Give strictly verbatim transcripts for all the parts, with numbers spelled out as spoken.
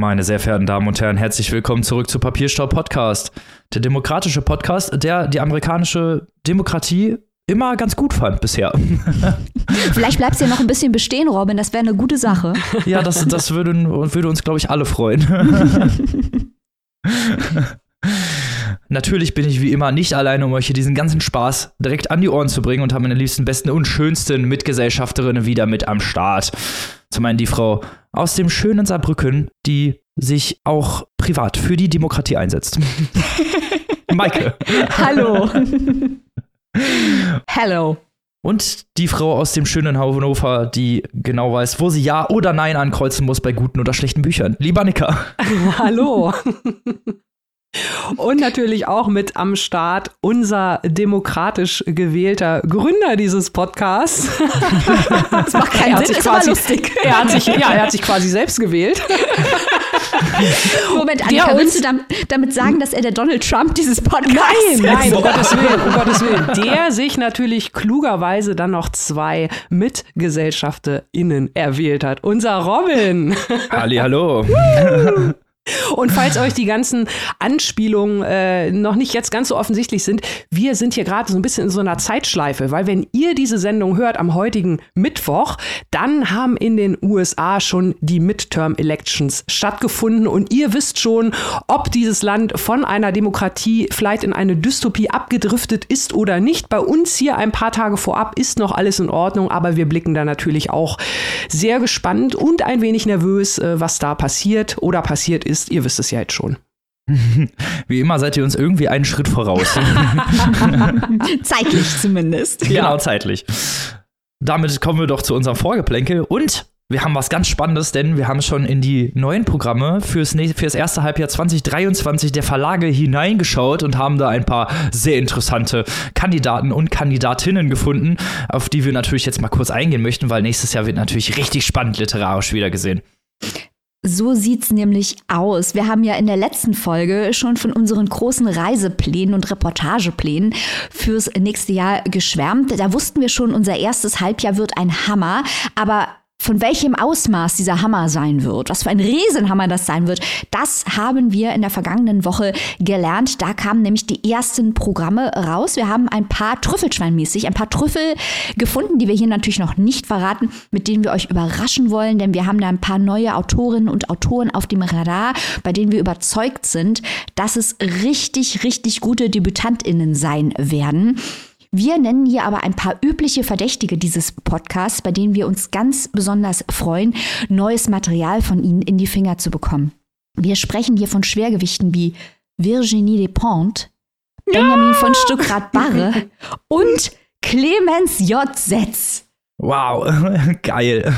Meine sehr verehrten Damen und Herren, herzlich willkommen zurück zu Papierstaub Podcast. Der demokratische Podcast, der die amerikanische Demokratie immer ganz gut fand bisher. Vielleicht bleibst du ja noch ein bisschen bestehen, Robin, das wäre eine gute Sache. Ja, das, das würde, würde uns, glaube ich, alle freuen. Natürlich bin ich wie immer nicht alleine, um euch hier diesen ganzen Spaß direkt an die Ohren zu bringen und habe meine liebsten, besten und schönsten Mitgesellschafterinnen wieder mit am Start. Zum einen die Frau aus dem schönen Saarbrücken, die sich auch privat für die Demokratie einsetzt. Maike. Hallo. Hello. Und die Frau aus dem schönen Hannover, die genau weiß, wo sie Ja oder Nein ankreuzen muss bei guten oder schlechten Büchern. Liebe Annika. Hallo. Und natürlich auch mit am Start unser demokratisch gewählter Gründer dieses Podcasts. Das macht keinen Sinn, ist aber lustig. Er hat sich, ja, er hat sich quasi selbst gewählt. Moment, Annika, willst du damit, damit sagen, dass er der Donald Trump dieses Podcasts ist? Nein, nein, um Gottes Willen, um Gottes Willen. Der sich natürlich klugerweise dann noch zwei MitgesellschafterInnen erwählt hat. Unser Robin. Ali, hallo. Und falls euch die ganzen Anspielungen äh, noch nicht jetzt ganz so offensichtlich sind, wir sind hier gerade so ein bisschen in so einer Zeitschleife, weil wenn ihr diese Sendung hört am heutigen Mittwoch, dann haben in den U S A schon die Midterm-Elections stattgefunden und ihr wisst schon, ob dieses Land von einer Demokratie vielleicht in eine Dystopie abgedriftet ist oder nicht. Bei uns hier ein paar Tage vorab ist noch alles in Ordnung, aber wir blicken da natürlich auch sehr gespannt und ein wenig nervös, äh, was da passiert oder passiert ist. Ist, ihr wisst es ja jetzt schon. Wie immer seid ihr uns irgendwie einen Schritt voraus. Zeitlich zumindest. Genau, zeitlich. Damit kommen wir doch zu unserem Vorgeplänkel und wir haben was ganz Spannendes, denn wir haben schon in die neuen Programme fürs, fürs erste Halbjahr zwanzig dreiundzwanzig der Verlage hineingeschaut und haben da ein paar sehr interessante Kandidaten und Kandidatinnen gefunden, auf die wir natürlich jetzt mal kurz eingehen möchten, weil nächstes Jahr wird natürlich richtig spannend literarisch wieder gesehen. So sieht's nämlich aus. Wir haben ja in der letzten Folge schon von unseren großen Reiseplänen und Reportageplänen fürs nächste Jahr geschwärmt. Da wussten wir schon, unser erstes Halbjahr wird ein Hammer. Aber von welchem Ausmaß dieser Hammer sein wird, was für ein Riesenhammer das sein wird, das haben wir in der vergangenen Woche gelernt. Da kamen nämlich die ersten Programme raus. Wir haben ein paar Trüffelschweinmäßig, ein paar Trüffel gefunden, die wir hier natürlich noch nicht verraten, mit denen wir euch überraschen wollen, denn wir haben da ein paar neue Autorinnen und Autoren auf dem Radar, bei denen wir überzeugt sind, dass es richtig, richtig gute DebütantInnen sein werden. Wir nennen hier aber ein paar übliche Verdächtige dieses Podcasts, bei denen wir uns ganz besonders freuen, neues Material von ihnen in die Finger zu bekommen. Wir sprechen hier von Schwergewichten wie Virginie Despentes, Benjamin ja! von Stuckrad-Barre und Clemens J. Setz. Wow, geil.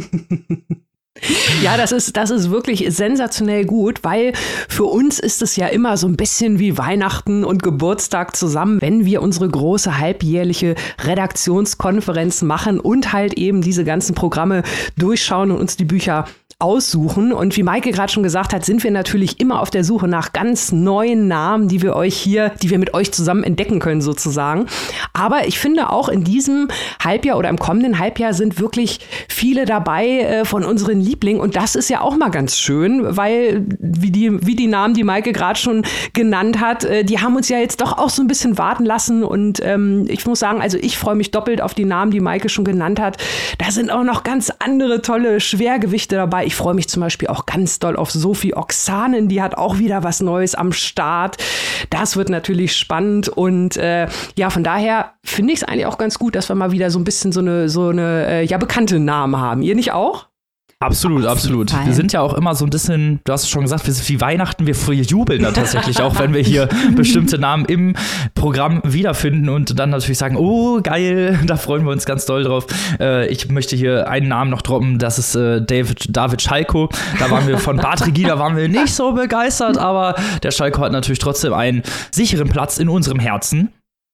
Ja, das ist, das ist wirklich sensationell gut, weil für uns ist es ja immer so ein bisschen wie Weihnachten und Geburtstag zusammen, wenn wir unsere große halbjährliche Redaktionskonferenz machen und halt eben diese ganzen Programme durchschauen und uns die Bücher aussuchen. Und wie Maike gerade schon gesagt hat, sind wir natürlich immer auf der Suche nach ganz neuen Namen, die wir euch hier, die wir mit euch zusammen entdecken können sozusagen. Aber ich finde auch in diesem Halbjahr oder im kommenden Halbjahr sind wirklich viele dabei äh, von unseren Liebling und das ist ja auch mal ganz schön, weil wie die, wie die Namen, die Maike gerade schon genannt hat, äh, die haben uns ja jetzt doch auch so ein bisschen warten lassen und ähm, ich muss sagen, also ich freue mich doppelt auf die Namen, die Maike schon genannt hat. Da sind auch noch ganz andere tolle Schwergewichte dabei. Ich freue mich zum Beispiel auch ganz doll auf Sophie Oksanen, die hat auch wieder was Neues am Start. Das wird natürlich spannend und äh, ja, von daher finde ich es eigentlich auch ganz gut, dass wir mal wieder so ein bisschen so eine, so eine äh, ja, bekannte Namen haben. Ihr nicht auch? Absolut, absolut. Wir sind ja auch immer so ein bisschen, du hast es schon gesagt, wir sind wie Weihnachten, wir jubeln da tatsächlich auch, wenn wir hier bestimmte Namen im Programm wiederfinden und dann natürlich sagen, oh, geil, da freuen wir uns ganz doll drauf. Äh, ich möchte hier einen Namen noch droppen, das ist äh, David, David Schalko. Da waren wir von Bad Regida, waren wir nicht so begeistert, aber der Schalko hat natürlich trotzdem einen sicheren Platz in unserem Herzen.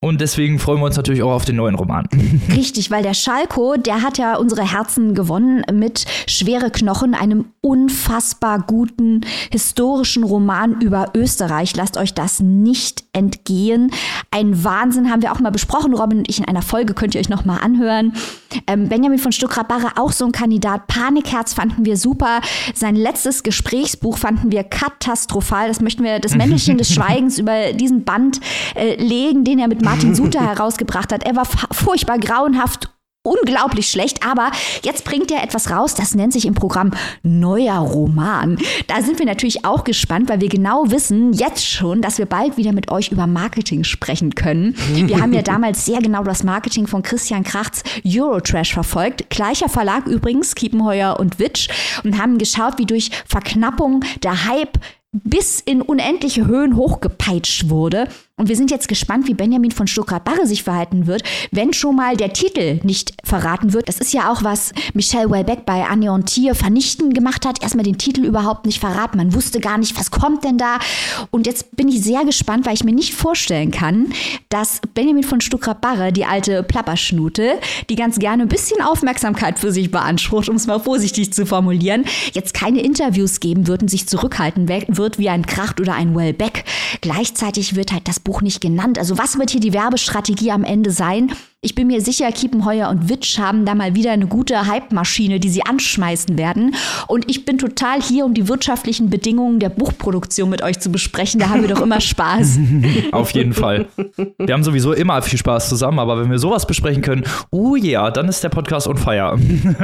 Und deswegen freuen wir uns natürlich auch auf den neuen Roman. Richtig, weil der Schalko, der hat ja unsere Herzen gewonnen mit Schwere Knochen, einem unfassbar guten historischen Roman über Österreich. Lasst euch das nicht entgehen. Ein Wahnsinn, haben wir auch mal besprochen, Robin und ich in einer Folge, könnt ihr euch noch mal anhören. Ähm, Benjamin von Stuckrad-Barre, auch so ein Kandidat. Panikherz fanden wir super. Sein letztes Gesprächsbuch fanden wir katastrophal. Das möchten wir, das Männchen des Schweigens über diesen Band äh, legen, den er mit Martin Suter herausgebracht hat. Er war furchtbar grauenhaft, unglaublich schlecht, aber jetzt bringt er etwas raus, das nennt sich im Programm Neuer Roman. Da sind wir natürlich auch gespannt, weil wir genau wissen, jetzt schon, dass wir bald wieder mit euch über Marketing sprechen können. Wir haben ja damals sehr genau das Marketing von Christian Krachts Eurotrash verfolgt. Gleicher Verlag übrigens, Kiepenheuer und Witsch, und haben geschaut, wie durch Verknappung der Hype bis in unendliche Höhen hochgepeitscht wurde. Und wir sind jetzt gespannt, wie Benjamin von Stuckrad-Barre sich verhalten wird, wenn schon mal der Titel nicht verraten wird. Das ist ja auch, was Michel Houellebecq bei Anéantir vernichtend gemacht hat. Erstmal den Titel überhaupt nicht verraten. Man wusste gar nicht, was kommt denn da. Und jetzt bin ich sehr gespannt, weil ich mir nicht vorstellen kann, dass Benjamin von Stuckrad-Barre, die alte Plapperschnute, die ganz gerne ein bisschen Aufmerksamkeit für sich beansprucht, um es mal vorsichtig zu formulieren, jetzt keine Interviews geben wird und sich zurückhalten wird wie ein Kracht oder ein Houellebecq. Gleichzeitig wird halt das Buch nicht genannt. Also was wird hier die Werbestrategie am Ende sein? Ich bin mir sicher, Kiepenheuer und Witsch haben da mal wieder eine gute Hype-Maschine, die sie anschmeißen werden. Und ich bin total hier, um die wirtschaftlichen Bedingungen der Buchproduktion mit euch zu besprechen. Da haben wir doch immer Spaß. Auf jeden Fall. Wir haben sowieso immer viel Spaß zusammen, aber wenn wir sowas besprechen können, oh ja, dann ist der Podcast on fire.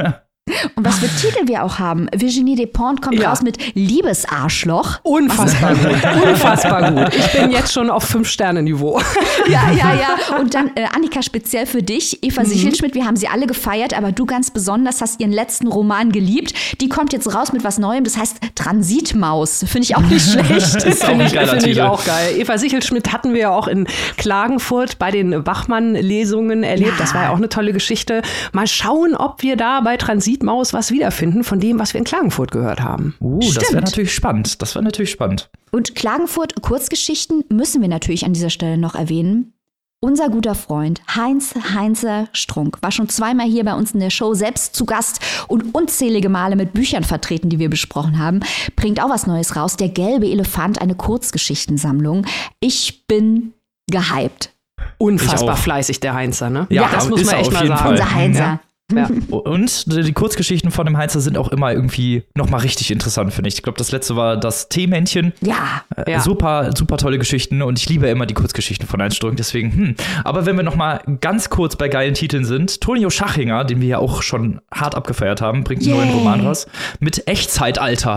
Und was für Titel wir auch haben. Virginie Despentes kommt ja raus mit Liebesarschloch. Unfassbar gut. Unfassbar gut. Ich bin jetzt schon auf Fünf-Sterne-Niveau. Ja, ja, ja. Und dann äh, Annika, speziell für dich, Eva mhm. Sichelschmidt, wir haben sie alle gefeiert, aber du ganz besonders hast ihren letzten Roman geliebt. Die kommt jetzt raus mit was Neuem, das heißt Transitmaus. Finde ich auch nicht schlecht. Das finde ich, find ich auch geil. Eva Sichelschmidt hatten wir ja auch in Klagenfurt bei den Bachmann-Lesungen erlebt. Ja. Das war ja auch eine tolle Geschichte. Mal schauen, ob wir da bei Transitmaus was wiederfinden von dem, was wir in Klagenfurt gehört haben. Uh, Stimmt. Das wäre natürlich spannend. Das wäre natürlich spannend. Und Klagenfurt Kurzgeschichten müssen wir natürlich an dieser Stelle noch erwähnen. Unser guter Freund Heinz Heinzer Strunk war schon zweimal hier bei uns in der Show selbst zu Gast und unzählige Male mit Büchern vertreten, die wir besprochen haben. Bringt auch was Neues raus. Der gelbe Elefant, eine Kurzgeschichtensammlung. Ich bin gehypt. Unfassbar fleißig, der Heinzer, ne? Ja, ja das muss man echt mal sagen. Fall. Unser Heinzer. Ja. Ja. Und die Kurzgeschichten von dem Heinzer sind auch immer irgendwie nochmal richtig interessant, finde ich. Ich glaube, das letzte war das Teemännchen. Ja. Äh, ja. Super, super tolle Geschichten und ich liebe immer die Kurzgeschichten von Heinz Strunk, deswegen, hm. Aber wenn wir nochmal ganz kurz bei geilen Titeln sind, Tonio Schachinger, den wir ja auch schon hart abgefeiert haben, bringt einen yeah. neuen Roman raus mit Echtzeitalter.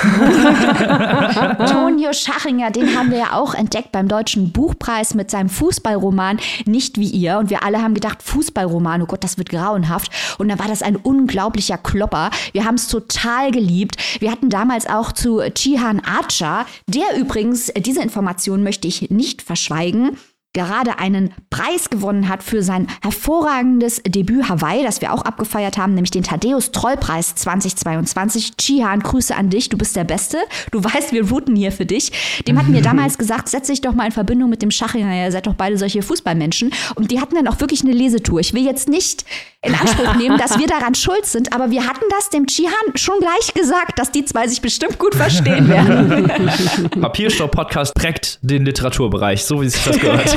Tonio Schachinger, den haben wir ja auch entdeckt beim Deutschen Buchpreis mit seinem Fußballroman Nicht wie ihr. Und wir alle haben gedacht, Fußballroman, oh Gott, das wird grauenhaft. Und dann war das ein unglaublicher Klopper. Wir haben es total geliebt. Wir hatten damals auch zu Cihan Archer, der übrigens, diese Information möchte ich nicht verschweigen, gerade einen Preis gewonnen hat für sein hervorragendes Debüt Hawaii, das wir auch abgefeiert haben, nämlich den Thaddeus-Troll-Preis zweitausendzweiundzwanzig. Cihan, Grüße an dich, du bist der Beste. Du weißt, wir routen hier für dich. Dem hatten wir damals gesagt, setz dich doch mal in Verbindung mit dem Schachinger, ihr seid doch beide solche Fußballmenschen. Und die hatten dann auch wirklich eine Lesetour. Ich will jetzt nicht in Anspruch nehmen, dass wir daran schuld sind, aber wir hatten das dem Cihan schon gleich gesagt, dass die zwei sich bestimmt gut verstehen werden. Papierstopp-Podcast prägt den Literaturbereich, so wie sich das gehört.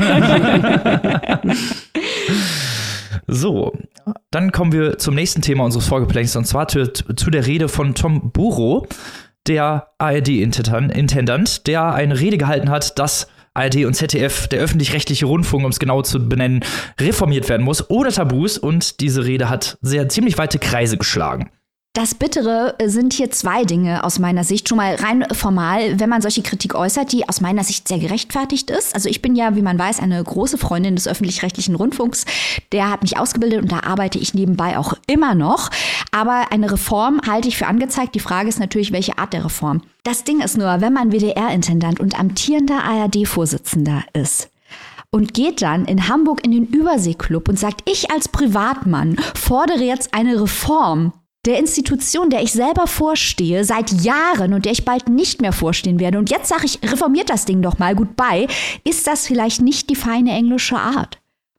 So, dann kommen wir zum nächsten Thema unseres Vorgeplänkels, und zwar zu, zu der Rede von Tom Buro, der A R D-Intendant, der eine Rede gehalten hat, dass A R D und Z D F, der öffentlich-rechtliche Rundfunk, um es genau zu benennen, reformiert werden muss, ohne Tabus. Und diese Rede hat sehr ziemlich weite Kreise geschlagen. Das Bittere sind hier zwei Dinge aus meiner Sicht. Schon mal rein formal, wenn man solche Kritik äußert, die aus meiner Sicht sehr gerechtfertigt ist. Also ich bin ja, wie man weiß, eine große Freundin des öffentlich-rechtlichen Rundfunks. Der hat mich ausgebildet und da arbeite ich nebenbei auch immer noch. Aber eine Reform halte ich für angezeigt. Die Frage ist natürlich, welche Art der Reform. Das Ding ist nur, wenn man W D R-Intendant und amtierender A R D-Vorsitzender ist und geht dann in Hamburg in den Überseeklub und sagt, ich als Privatmann fordere jetzt eine Reform der Institution, der ich selber vorstehe, seit Jahren und der ich bald nicht mehr vorstehen werde. Und jetzt sage ich, reformiert das Ding doch mal, goodbye. Ist das vielleicht nicht die feine englische Art?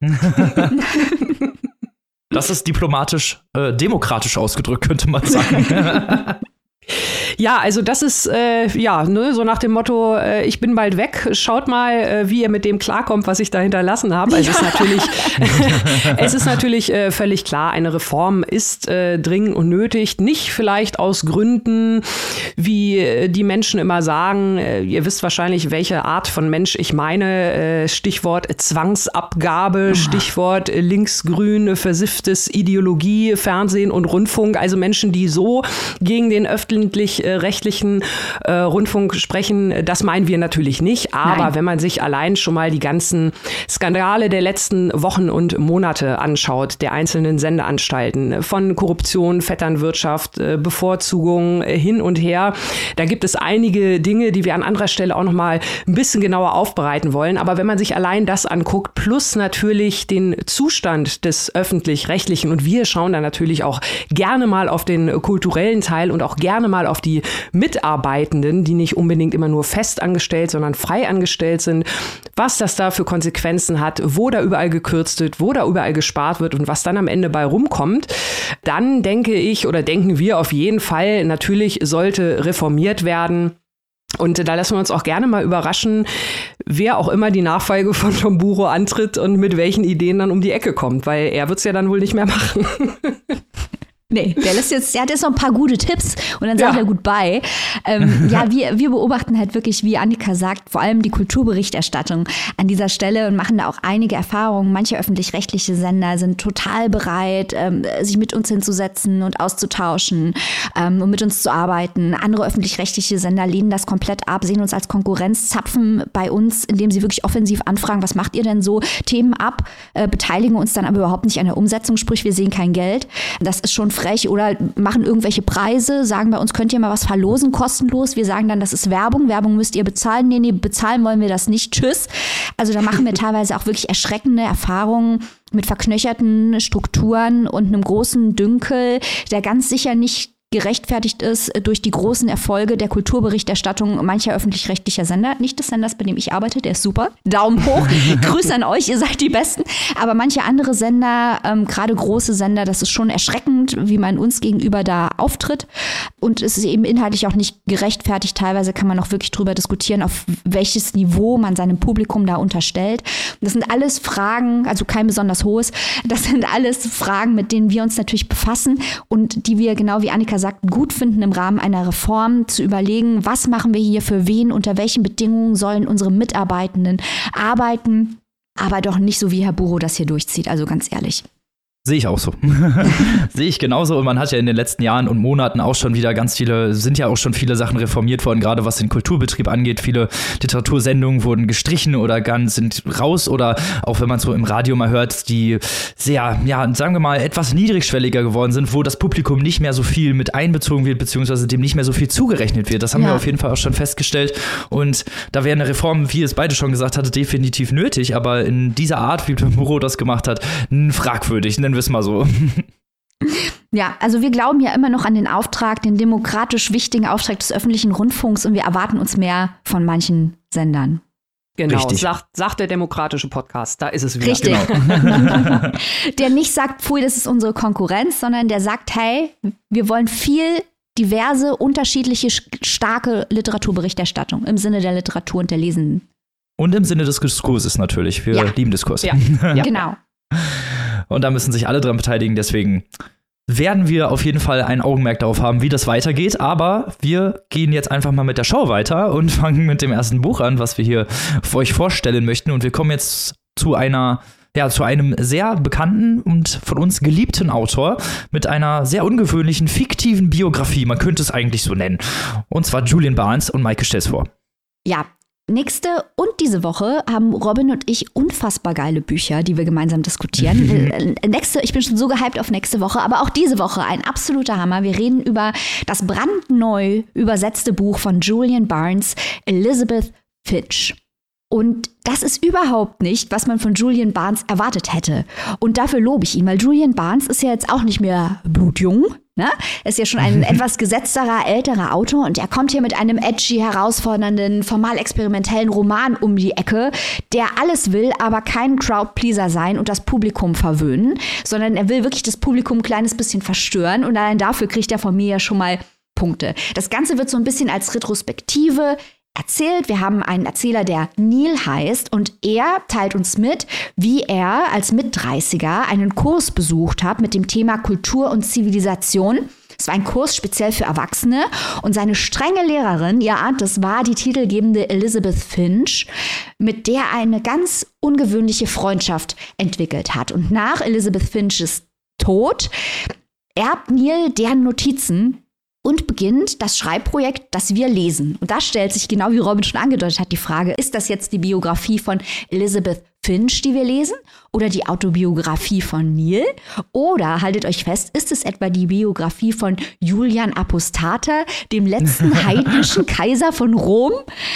Das ist diplomatisch, äh, demokratisch ausgedrückt, könnte man sagen. Ja, also das ist, äh, ja, ne, so nach dem Motto, äh, ich bin bald weg, schaut mal, äh, wie ihr mit dem klarkommt, was ich da hinterlassen habe. Also ja. Es ist natürlich, es ist natürlich äh, völlig klar, eine Reform ist äh, dringend und nötig. Nicht vielleicht aus Gründen, wie äh, die Menschen immer sagen, äh, ihr wisst wahrscheinlich, welche Art von Mensch ich meine. Äh, Stichwort Zwangsabgabe, oh. Stichwort äh, linksgrün, versifftes Ideologie, Fernsehen und Rundfunk. Also Menschen, die so gegen den öffentlichen rechtlichen äh, Rundfunk sprechen, das meinen wir natürlich nicht. Aber Nein. wenn man sich allein schon mal die ganzen Skandale der letzten Wochen und Monate anschaut, der einzelnen Sendeanstalten, von Korruption, Vetternwirtschaft, äh, Bevorzugung äh, hin und her, da gibt es einige Dinge, die wir an anderer Stelle auch noch mal ein bisschen genauer aufbereiten wollen. Aber wenn man sich allein das anguckt, plus natürlich den Zustand des Öffentlich-Rechtlichen, und wir schauen da natürlich auch gerne mal auf den kulturellen Teil und auch gerne mal auf die Mitarbeitenden, die nicht unbedingt immer nur fest angestellt, sondern frei angestellt sind, was das da für Konsequenzen hat, wo da überall gekürzt wird, wo da überall gespart wird und was dann am Ende bei rumkommt, dann denke ich oder denken wir auf jeden Fall, natürlich sollte reformiert werden. Und da lassen wir uns auch gerne mal überraschen, wer auch immer die Nachfolge von Tom Buro antritt und mit welchen Ideen dann um die Ecke kommt, weil er wird es ja dann wohl nicht mehr machen. Nee, der lässt jetzt, der hat jetzt noch ein paar gute Tipps und dann sagt ja. er goodbye. Ähm, ja, wir, wir beobachten halt wirklich, wie Annika sagt, vor allem die Kulturberichterstattung an dieser Stelle und machen da auch einige Erfahrungen. Manche öffentlich-rechtliche Sender sind total bereit, ähm, sich mit uns hinzusetzen und auszutauschen ähm, und mit uns zu arbeiten. Andere öffentlich-rechtliche Sender lehnen das komplett ab, sehen uns als Konkurrenz, zapfen bei uns, indem sie wirklich offensiv anfragen, was macht ihr denn so, Themen ab, äh, beteiligen uns dann aber überhaupt nicht an der Umsetzung, sprich wir sehen kein Geld. Das ist schon frech. Oder machen irgendwelche Preise, sagen bei uns, könnt ihr mal was verlosen, kostenlos. Wir sagen dann, das ist Werbung, Werbung müsst ihr bezahlen. Nee, nee, bezahlen wollen wir das nicht, tschüss. Also da machen wir teilweise auch wirklich erschreckende Erfahrungen mit verknöcherten Strukturen und einem großen Dünkel, der ganz sicher nicht gerechtfertigt ist durch die großen Erfolge der Kulturberichterstattung mancher öffentlich-rechtlicher Sender. Nicht des Senders, bei dem ich arbeite, der ist super. Daumen hoch. Grüße an euch, ihr seid die Besten. Aber manche andere Sender, ähm, gerade große Sender, das ist schon erschreckend, wie man uns gegenüber da auftritt. Und es ist eben inhaltlich auch nicht gerechtfertigt. Teilweise kann man auch wirklich drüber diskutieren, auf welches Niveau man seinem Publikum da unterstellt. Das sind alles Fragen, also kein besonders hohes, das sind alles Fragen, mit denen wir uns natürlich befassen und die wir, genau wie Annika sagt, gut finden, im Rahmen einer Reform zu überlegen, was machen wir hier für wen, unter welchen Bedingungen sollen unsere Mitarbeitenden arbeiten, aber doch nicht so, wie Herr Buro das hier durchzieht, also ganz ehrlich. Sehe ich auch so. Sehe ich genauso. Und man hat ja in den letzten Jahren und Monaten auch schon wieder ganz viele, sind ja auch schon viele Sachen reformiert worden, gerade was den Kulturbetrieb angeht. Viele Literatursendungen wurden gestrichen oder ganz sind raus. Oder auch wenn man so im Radio mal hört, die sehr, ja, sagen wir mal, etwas niedrigschwelliger geworden sind, wo das Publikum nicht mehr so viel mit einbezogen wird, beziehungsweise dem nicht mehr so viel zugerechnet wird. Das haben ja. wir auf jeden Fall auch schon festgestellt. Und da wäre eine Reform, wie es beide schon gesagt hatte, definitiv nötig. Aber in dieser Art, wie Buro das gemacht hat, fragwürdig. Nennen wir es mal so. Ja, also wir glauben ja immer noch an den Auftrag, den demokratisch wichtigen Auftrag des öffentlichen Rundfunks und wir erwarten uns mehr von manchen Sendern. Genau, sagt, sagt der demokratische Podcast, da ist es wieder. Richtig. Genau. Der nicht sagt, pfui, das ist unsere Konkurrenz, sondern der sagt, hey, wir wollen viel diverse, unterschiedliche, starke Literaturberichterstattung im Sinne der Literatur und der Lesenden. Und im Sinne des Diskurses natürlich. Wir ja. lieben Diskurs. Ja, ja. Genau. Und da müssen sich alle dran beteiligen. Deswegen werden wir auf jeden Fall ein Augenmerk darauf haben, wie das weitergeht. Aber wir gehen jetzt einfach mal mit der Show weiter und fangen mit dem ersten Buch an, was wir hier für euch vorstellen möchten. Und wir kommen jetzt zu einer, ja, zu einem sehr bekannten und von uns geliebten Autor mit einer sehr ungewöhnlichen, fiktiven Biografie. Man könnte es eigentlich so nennen. Und zwar Julian Barnes und Maike stell's vor. Ja. Nächste und diese Woche haben Robin und ich unfassbar geile Bücher, die wir gemeinsam diskutieren. nächste, ich bin schon so gehypt auf nächste Woche, aber auch diese Woche ein absoluter Hammer. Wir reden über das brandneu übersetzte Buch von Julian Barnes, Elizabeth Fitch. Und das ist überhaupt nicht, was man von Julian Barnes erwartet hätte. Und dafür lobe ich ihn, weil Julian Barnes ist ja jetzt auch nicht mehr blutjung. Ne? Er ist ja schon ein etwas gesetzterer, älterer Autor und er kommt hier mit einem edgy, herausfordernden, formal experimentellen Roman um die Ecke, der alles will, aber kein Crowdpleaser sein und das Publikum verwöhnen, sondern er will wirklich das Publikum ein kleines bisschen verstören und allein dafür kriegt er von mir ja schon mal Punkte. Das Ganze wird so ein bisschen als Retrospektive erzählt. Wir haben einen Erzähler, der Neil heißt und er teilt uns mit, wie er als Mitdreißiger einen Kurs besucht hat mit dem Thema Kultur und Zivilisation. Es war ein Kurs speziell für Erwachsene und seine strenge Lehrerin, ihr ahnt, das war die titelgebende Elizabeth Finch, mit der er eine ganz ungewöhnliche Freundschaft entwickelt hat. Und nach Elizabeth Finches Tod erbt Neil deren Notizen und beginnt das Schreibprojekt, das wir lesen. Und da stellt sich, genau wie Robin schon angedeutet hat, die Frage, ist das jetzt die Biografie von Elizabeth Finch, die wir lesen, oder die Autobiografie von Neil? Oder, haltet euch fest, ist es etwa die Biografie von Julian Apostata, dem letzten heidnischen Kaiser von Rom?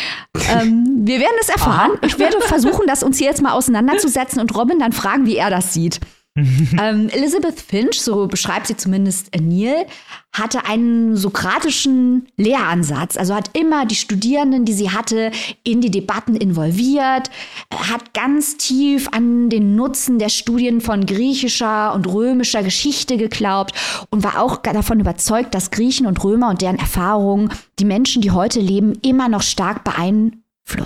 Ähm, wir werden es erfahren. Aha. Ich werde versuchen, das uns hier jetzt mal auseinanderzusetzen und Robin dann fragen, wie er das sieht. ähm, Elizabeth Finch, so beschreibt sie zumindest Neil, hatte einen sokratischen Lehransatz, also hat immer die Studierenden, die sie hatte, in die Debatten involviert, hat ganz tief an den Nutzen der Studien von griechischer und römischer Geschichte geglaubt und war auch davon überzeugt, dass Griechen und Römer und deren Erfahrungen die Menschen, die heute leben, immer noch stark beeinflussen.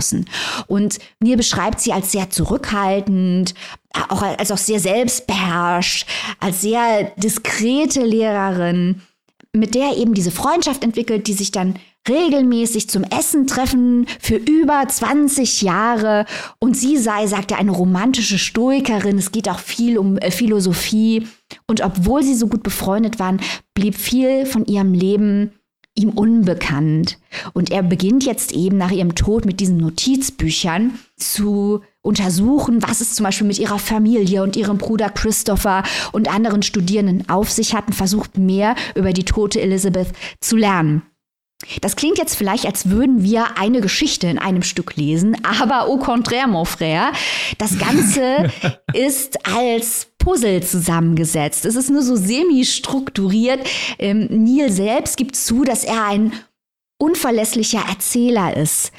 Und Neil beschreibt sie als sehr zurückhaltend, auch als auch sehr selbstbeherrscht, als sehr diskrete Lehrerin, mit der er eben diese Freundschaft entwickelt, die sich dann regelmäßig zum Essen treffen für über zwanzig Jahre. Und sie sei, sagt er, eine romantische Stoikerin. Es geht auch viel um äh, Philosophie. Und obwohl sie so gut befreundet waren, blieb viel von ihrem Leben ihm unbekannt. Und er beginnt jetzt eben nach ihrem Tod mit diesen Notizbüchern zu untersuchen, was es zum Beispiel mit ihrer Familie und ihrem Bruder Christopher und anderen Studierenden auf sich hat und versucht mehr über die tote Elizabeth zu lernen. Das klingt jetzt vielleicht, als würden wir eine Geschichte in einem Stück lesen, aber au contraire, mon frère, das Ganze ist als Puzzle zusammengesetzt. Es ist nur so semi-strukturiert. Ähm, Neil selbst gibt zu, dass er ein unverlässlicher Erzähler ist.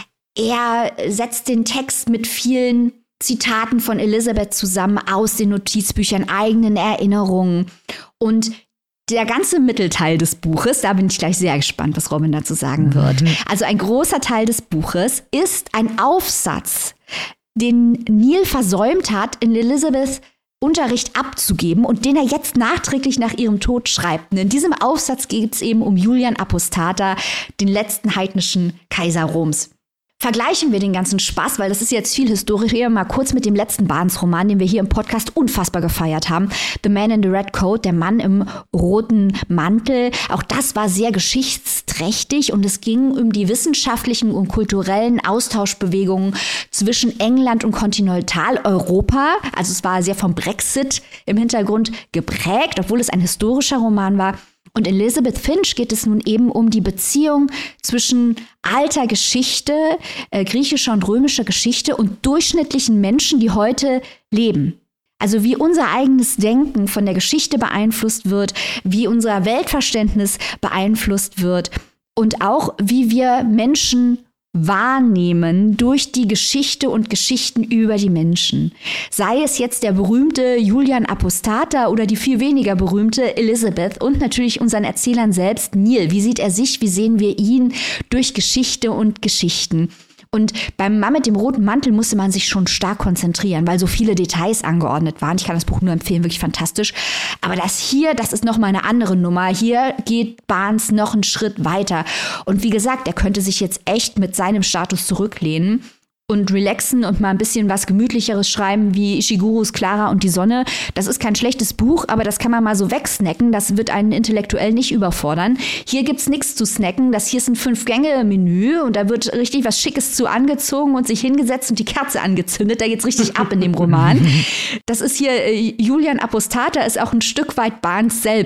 Er setzt den Text mit vielen Zitaten von Elizabeth zusammen aus den Notizbüchern, eigenen Erinnerungen. Und der ganze Mittelteil des Buches, da bin ich gleich sehr gespannt, was Robin dazu sagen wird. Also ein großer Teil des Buches ist ein Aufsatz, den Neil versäumt hat, in Elizabeths Unterricht abzugeben und den er jetzt nachträglich nach ihrem Tod schreibt. Und in diesem Aufsatz geht es eben um Julian Apostata, den letzten heidnischen Kaiser Roms. Vergleichen wir den ganzen Spaß, weil das ist jetzt viel Historie, mal kurz mit dem letzten Barnes-Roman, den wir hier im Podcast unfassbar gefeiert haben. The Man in the Red Coat, der Mann im roten Mantel. Auch das war sehr geschichtsträchtig und es ging um die wissenschaftlichen und kulturellen Austauschbewegungen zwischen England und Kontinentaleuropa. Also es war sehr vom Brexit im Hintergrund geprägt, obwohl es ein historischer Roman war. Und in Elizabeth Finch geht es nun eben um die Beziehung zwischen alter Geschichte, äh, griechischer und römischer Geschichte und durchschnittlichen Menschen, die heute leben. Also wie unser eigenes Denken von der Geschichte beeinflusst wird, wie unser Weltverständnis beeinflusst wird und auch wie wir Menschen wahrnehmen durch die Geschichte und Geschichten über die Menschen. Sei es jetzt der berühmte Julian Apostata oder die viel weniger berühmte Elizabeth und natürlich unseren Erzählern selbst, Neil. Wie sieht er sich, wie sehen wir ihn durch Geschichte und Geschichten? Und beim Mann mit dem roten Mantel musste man sich schon stark konzentrieren, weil so viele Details angeordnet waren. Ich kann das Buch nur empfehlen, wirklich fantastisch. Aber das hier, das ist noch mal eine andere Nummer. Hier geht Barnes noch einen Schritt weiter. Und wie gesagt, er könnte sich jetzt echt mit seinem Status zurücklehnen und relaxen und mal ein bisschen was Gemütlicheres schreiben wie Ishigurus Clara und die Sonne. Das ist kein schlechtes Buch, aber das kann man mal so wegsnacken. Das wird einen intellektuell nicht überfordern. Hier gibt's nichts zu snacken. Das hier ist ein Fünf-Gänge-Menü und da wird richtig was Schickes zu angezogen und sich hingesetzt und die Kerze angezündet. Da geht's richtig ab in dem Roman. Das ist hier, äh, Julian Apostata ist auch ein Stück weit Barnes selbst.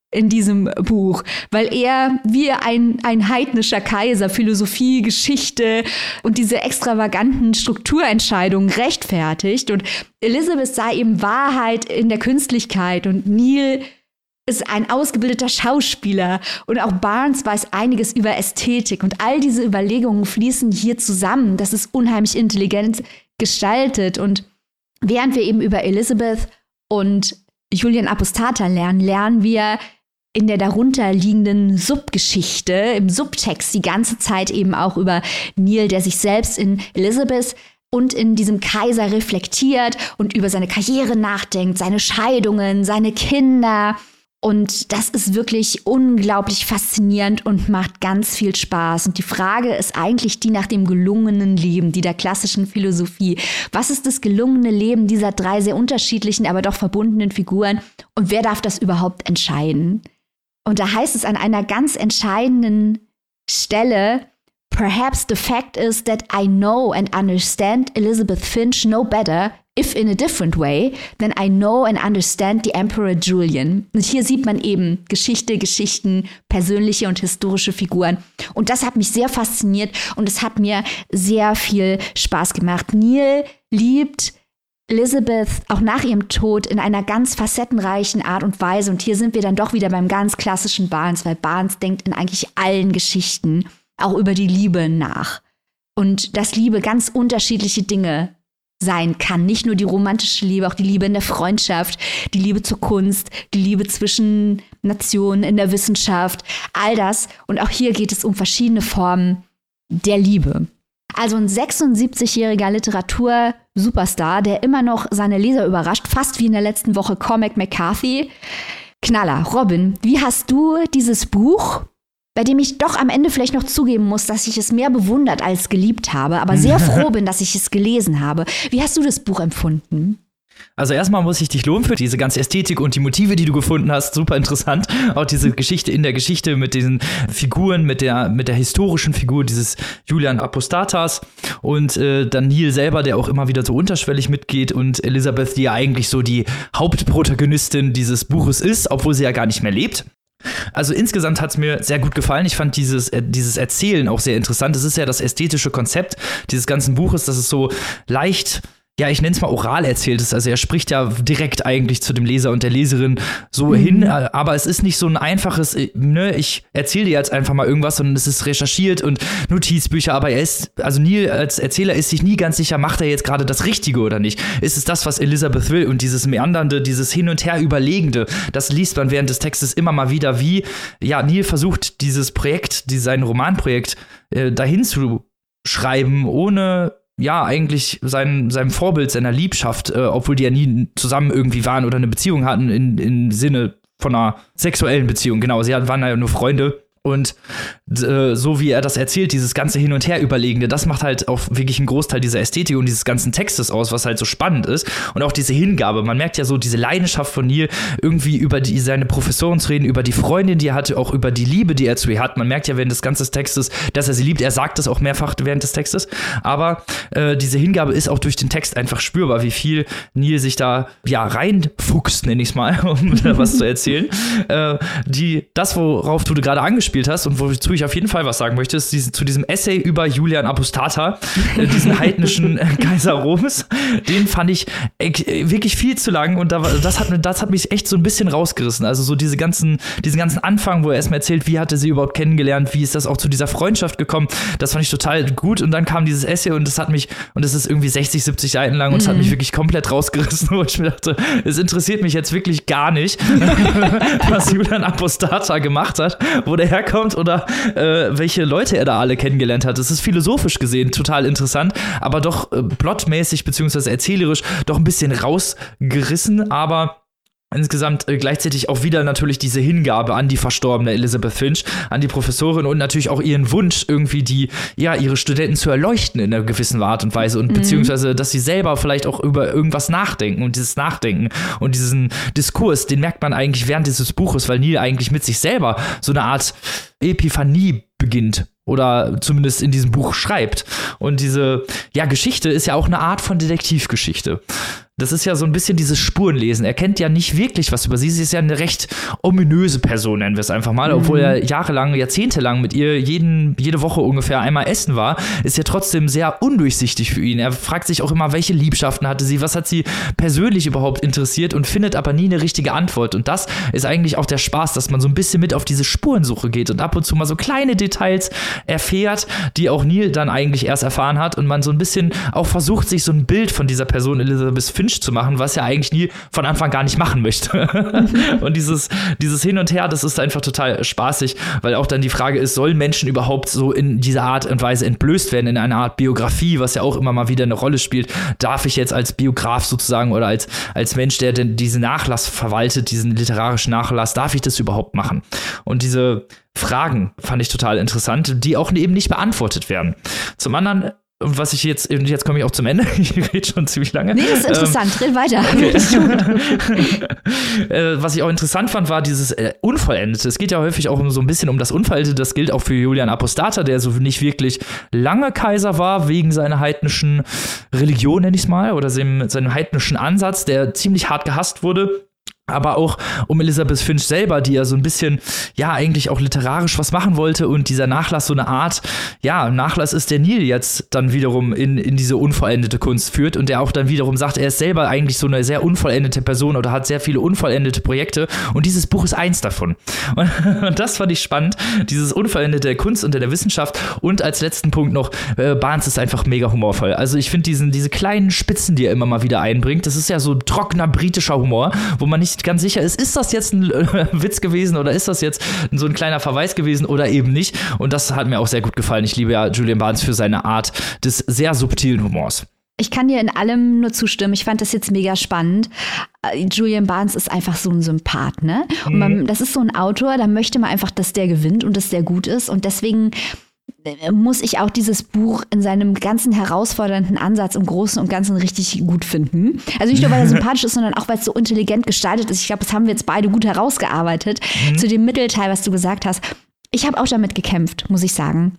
in diesem Buch, weil er wie ein, ein heidnischer Kaiser Philosophie, Geschichte und diese extravaganten Strukturentscheidungen rechtfertigt. Und Elizabeth sah eben Wahrheit in der Künstlichkeit und Neil ist ein ausgebildeter Schauspieler und auch Barnes weiß einiges über Ästhetik und all diese Überlegungen fließen hier zusammen. Das ist unheimlich intelligent gestaltet und während wir eben über Elizabeth und Julian Apostata lernen, lernen wir in der darunterliegenden Subgeschichte, im Subtext die ganze Zeit eben auch über Neil, der sich selbst in Elizabeth und in diesem Kaiser reflektiert und über seine Karriere nachdenkt, seine Scheidungen, seine Kinder. Und das ist wirklich unglaublich faszinierend und macht ganz viel Spaß. Und die Frage ist eigentlich die nach dem gelungenen Leben, die der klassischen Philosophie. Was ist das gelungene Leben dieser drei sehr unterschiedlichen, aber doch verbundenen Figuren? Und wer darf das überhaupt entscheiden? Und da heißt es an einer ganz entscheidenden Stelle, perhaps the fact is that I know and understand Elizabeth Finch no better, if in a different way, than I know and understand the Emperor Julian. Und hier sieht man eben Geschichte, Geschichten, persönliche und historische Figuren. Und das hat mich sehr fasziniert und es hat mir sehr viel Spaß gemacht. Neil liebt Elizabeth auch nach ihrem Tod in einer ganz facettenreichen Art und Weise. Und hier sind wir dann doch wieder beim ganz klassischen Barnes, weil Barnes denkt in eigentlich allen Geschichten auch über die Liebe nach. Und dass Liebe ganz unterschiedliche Dinge sein kann. Nicht nur die romantische Liebe, auch die Liebe in der Freundschaft, die Liebe zur Kunst, die Liebe zwischen Nationen, in der Wissenschaft, all das. Und auch hier geht es um verschiedene Formen der Liebe. Also ein sechsundsiebzigjähriger Literatur-Superstar, der immer noch seine Leser überrascht, fast wie in der letzten Woche Cormac McCarthy. Knaller. Robin, wie hast du dieses Buch, bei dem ich doch am Ende vielleicht noch zugeben muss, dass ich es mehr bewundert als geliebt habe, aber sehr froh bin, dass ich es gelesen habe. Wie hast du das Buch empfunden? Also erstmal muss ich dich loben für diese ganze Ästhetik und die Motive, die du gefunden hast. Super interessant. Auch diese Geschichte in der Geschichte mit diesen Figuren, mit der, mit der historischen Figur dieses Julian Apostatas und äh, dann Neil selber, der auch immer wieder so unterschwellig mitgeht und Elizabeth, die ja eigentlich so die Hauptprotagonistin dieses Buches ist, obwohl sie ja gar nicht mehr lebt. Also insgesamt hat es mir sehr gut gefallen. Ich fand dieses, äh, dieses Erzählen auch sehr interessant. Es ist ja das ästhetische Konzept dieses ganzen Buches, dass es so leicht, ja, ich nenne es mal oral erzählt ist. Also er spricht ja direkt eigentlich zu dem Leser und der Leserin so mhm. hin, aber es ist nicht so ein einfaches, ne, ich erzähle dir jetzt einfach mal irgendwas, sondern es ist recherchiert und Notizbücher, aber er ist, also Neil als Erzähler ist sich nie ganz sicher, macht er jetzt gerade das Richtige oder nicht? Ist es das, was Elizabeth will? Und dieses Meandernde, dieses Hin- und Her-Überlegende, das liest man während des Textes immer mal wieder, wie, ja, Neil versucht, dieses Projekt, dieses, sein Romanprojekt äh, dahin zu schreiben, ohne ja, eigentlich sein, seinem Vorbild, seiner Liebschaft, äh, obwohl die ja nie zusammen irgendwie waren oder eine Beziehung hatten, in, im Sinne von einer sexuellen Beziehung. Genau, sie waren ja nur Freunde. Und äh, so wie er das erzählt, dieses ganze Hin- und Her-Überlegende, das macht halt auch wirklich einen Großteil dieser Ästhetik und dieses ganzen Textes aus, was halt so spannend ist. Und auch diese Hingabe. Man merkt ja so diese Leidenschaft von Neil, irgendwie über die, seine Professoren zu reden, über die Freundin, die er hatte, auch über die Liebe, die er zu ihr hat. Man merkt ja während des ganzen Textes, dass er sie liebt. Er sagt das auch mehrfach während des Textes. Aber äh, diese Hingabe ist auch durch den Text einfach spürbar, wie viel Neil sich da ja reinfuchst, nenne ich es mal, um da was zu erzählen. äh, die, das, worauf du gerade angespielt hast und wozu ich auf jeden Fall was sagen möchte, ist diesen, zu diesem Essay über Julian Apostata, äh, diesen heidnischen äh, Kaiser Roms. Den fand ich äh, wirklich viel zu lang und da, das, hat, das hat mich echt so ein bisschen rausgerissen. Also so diese ganzen, diesen ganzen Anfang, wo er erstmal erzählt, wie hat er sie überhaupt kennengelernt, wie ist das auch zu dieser Freundschaft gekommen, das fand ich total gut und dann kam dieses Essay und das hat mich, und es ist irgendwie sechzig, siebzig Seiten lang und es mhm. hat mich wirklich komplett rausgerissen, wo ich mir dachte, es interessiert mich jetzt wirklich gar nicht, was Julian Apostata gemacht hat, wo der herkommt oder äh, welche Leute er da alle kennengelernt hat. Es ist philosophisch gesehen total interessant, aber doch äh, plotmäßig beziehungsweise erzählerisch doch ein bisschen rausgerissen, aber insgesamt äh, gleichzeitig auch wieder natürlich diese Hingabe an die verstorbene Elizabeth Finch, an die Professorin und natürlich auch ihren Wunsch, irgendwie die, ja, ihre Studenten zu erleuchten in einer gewissen Art und Weise und mhm. beziehungsweise, dass sie selber vielleicht auch über irgendwas nachdenken und dieses Nachdenken und diesen Diskurs, den merkt man eigentlich während dieses Buches, weil Neil eigentlich mit sich selber so eine Art Epiphanie beginnt oder zumindest in diesem Buch schreibt. Und diese, ja, Geschichte ist ja auch eine Art von Detektivgeschichte. das ist ja so ein bisschen dieses Spurenlesen. Er kennt ja nicht wirklich was über sie. Sie ist ja eine recht ominöse Person, nennen wir es einfach mal. Mhm. Obwohl er jahrelang, jahrzehntelang mit ihr jeden, jede Woche ungefähr einmal essen war, ist er trotzdem sehr undurchsichtig für ihn. Er fragt sich auch immer, welche Liebschaften hatte sie, was hat sie persönlich überhaupt interessiert und findet aber nie eine richtige Antwort. Und das ist eigentlich auch der Spaß, dass man so ein bisschen mit auf diese Spurensuche geht und ab und zu mal so kleine Details erfährt, die auch Neil dann eigentlich erst erfahren hat und man so ein bisschen auch versucht, sich so ein Bild von dieser Person Elizabeth Finch zu machen, was er eigentlich nie von Anfang gar nicht machen möchte. Und dieses, dieses Hin und Her, das ist einfach total spaßig, weil auch dann die Frage ist, sollen Menschen überhaupt so in dieser Art und Weise entblößt werden, in einer Art Biografie, was ja auch immer mal wieder eine Rolle spielt. Darf ich jetzt als Biograf sozusagen oder als, als Mensch, der denn diesen Nachlass verwaltet, diesen literarischen Nachlass, darf ich das überhaupt machen? Und diese Fragen fand ich total interessant, die auch eben nicht beantwortet werden. Zum anderen, und was ich jetzt, jetzt komme ich auch zum Ende, ich rede schon ziemlich lange. Nee, das ist interessant, ähm, red weiter. Okay. äh, was ich auch interessant fand, war dieses äh, Unvollendete. Es geht ja häufig auch so ein bisschen um das Unvollendete, das gilt auch für Julian Apostata, der so nicht wirklich lange Kaiser war, wegen seiner heidnischen Religion, nenne ich es mal, oder seinem, seinem heidnischen Ansatz, der ziemlich hart gehasst wurde. Aber auch um Elizabeth Finch selber, die ja so ein bisschen, ja, eigentlich auch literarisch was machen wollte und dieser Nachlass so eine Art, ja, Nachlass ist, der Neil jetzt dann wiederum in, in diese unvollendete Kunst führt und der auch dann wiederum sagt, er ist selber eigentlich so eine sehr unvollendete Person oder hat sehr viele unvollendete Projekte und dieses Buch ist eins davon. Und, und das fand ich spannend, dieses Unvollendete der Kunst und der Wissenschaft und als letzten Punkt noch, äh, Barnes ist einfach mega humorvoll. Also ich finde diesen, diese kleinen Spitzen, die er immer mal wieder einbringt, das ist ja so trockener britischer Humor, wo man nicht ganz sicher ist, ist das jetzt ein äh, Witz gewesen oder ist das jetzt so ein kleiner Verweis gewesen oder eben nicht. Und das hat mir auch sehr gut gefallen. Ich liebe ja Julian Barnes für seine Art des sehr subtilen Humors. Ich kann dir in allem nur zustimmen. Ich fand das jetzt mega spannend. Julian Barnes ist einfach so ein Sympath, ne? Und man, das ist so ein Autor, da möchte man einfach, dass der gewinnt und dass der gut ist. Und deswegen muss ich auch dieses Buch in seinem ganzen herausfordernden Ansatz im Großen und Ganzen richtig gut finden. Also nicht nur, weil er sympathisch ist, sondern auch, weil es so intelligent gestaltet ist. Ich glaube, das haben wir jetzt beide gut herausgearbeitet. Mhm. Zu dem Mittelteil, was du gesagt hast. Ich habe auch damit gekämpft, muss ich sagen.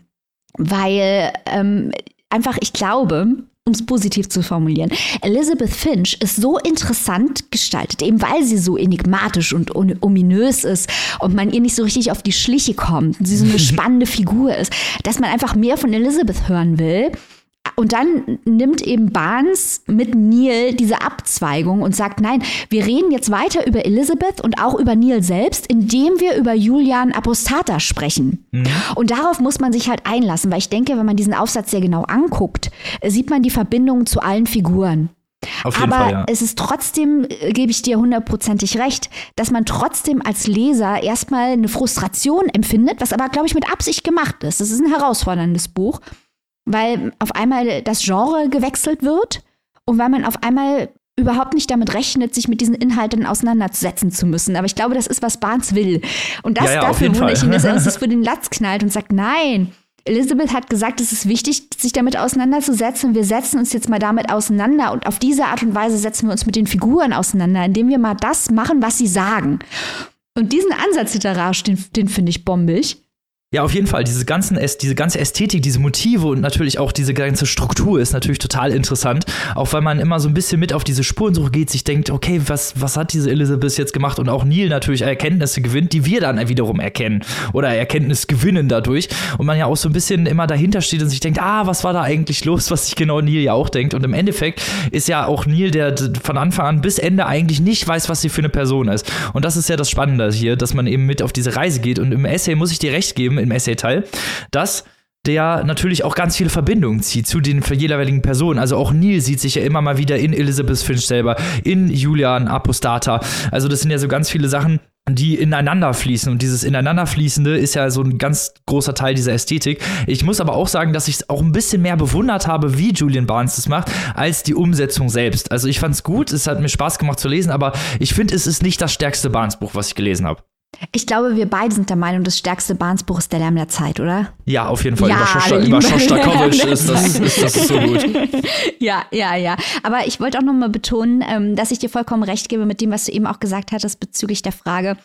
Weil ähm, einfach, ich glaube, um es positiv zu formulieren, Elizabeth Finch ist so interessant gestaltet, eben weil sie so enigmatisch und ominös ist und man ihr nicht so richtig auf die Schliche kommt und sie so eine spannende Figur ist, dass man einfach mehr von Elizabeth hören will. Und dann nimmt eben Barnes mit Neil diese Abzweigung und sagt, nein, wir reden jetzt weiter über Elizabeth und auch über Neil selbst, indem wir über Julian Apostata sprechen. Mhm. Und darauf muss man sich halt einlassen, weil ich denke, wenn man diesen Aufsatz sehr genau anguckt, sieht man die Verbindung zu allen Figuren. Auf jeden Aber Fall, ja. Es ist trotzdem, gebe ich dir hundertprozentig recht, dass man trotzdem als Leser erstmal eine Frustration empfindet, was aber, glaube ich, mit Absicht gemacht ist. Das ist ein herausforderndes Buch. Weil auf einmal das Genre gewechselt wird und weil man auf einmal überhaupt nicht damit rechnet, sich mit diesen Inhalten auseinandersetzen zu müssen. Aber ich glaube, das ist, was Barnes will. Und das ja, ja, dafür wundere ich ihn, dass er uns das für den Latz knallt und sagt, nein, Elizabeth hat gesagt, es ist wichtig, sich damit auseinanderzusetzen. Wir setzen uns jetzt mal damit auseinander und auf diese Art und Weise setzen wir uns mit den Figuren auseinander, indem wir mal das machen, was sie sagen. Und diesen Ansatz literarisch, den, den finde ich bombig. Ja, auf jeden Fall. Diese, ganzen, diese ganze Ästhetik, diese Motive und natürlich auch diese ganze Struktur ist natürlich total interessant. Auch weil man immer so ein bisschen mit auf diese Spurensuche geht, sich denkt, okay, was, was hat diese Elizabeth jetzt gemacht? Und auch Neil natürlich Erkenntnisse gewinnt, die wir dann wiederum erkennen oder Erkenntnis gewinnen dadurch. Und man ja auch so ein bisschen immer dahinter steht und sich denkt, ah, was war da eigentlich los? Was sich genau Neil ja auch denkt. Und im Endeffekt ist ja auch Neil, der von Anfang an bis Ende eigentlich nicht weiß, was sie für eine Person ist. Und das ist ja das Spannende hier, dass man eben mit auf diese Reise geht. Und im Essay muss ich dir recht geben, im Essay-Teil, dass der natürlich auch ganz viele Verbindungen zieht zu den jeweiligen Personen. Also auch Neil sieht sich ja immer mal wieder in Elizabeth Finch selber, in Julian Apostata. Also das sind ja so ganz viele Sachen, die ineinander fließen. Und dieses Ineinanderfließende ist ja so ein ganz großer Teil dieser Ästhetik. Ich muss aber auch sagen, dass ich es auch ein bisschen mehr bewundert habe, wie Julian Barnes das macht, als die Umsetzung selbst. Also ich fand es gut, es hat mir Spaß gemacht zu lesen, aber ich finde, es ist nicht das stärkste Barnes-Buch, was ich gelesen habe. Ich glaube, wir beide sind der Meinung, das stärkste Barnes-Buch ist Der Lärm der Zeit, oder? Ja, auf jeden Fall. Ja, über Schostak- über Schostakowitsch ist das, ist das ist so gut. Ja, ja, ja. Aber ich wollte auch noch mal betonen, dass ich dir vollkommen recht gebe mit dem, was du eben auch gesagt hattest bezüglich der Frage,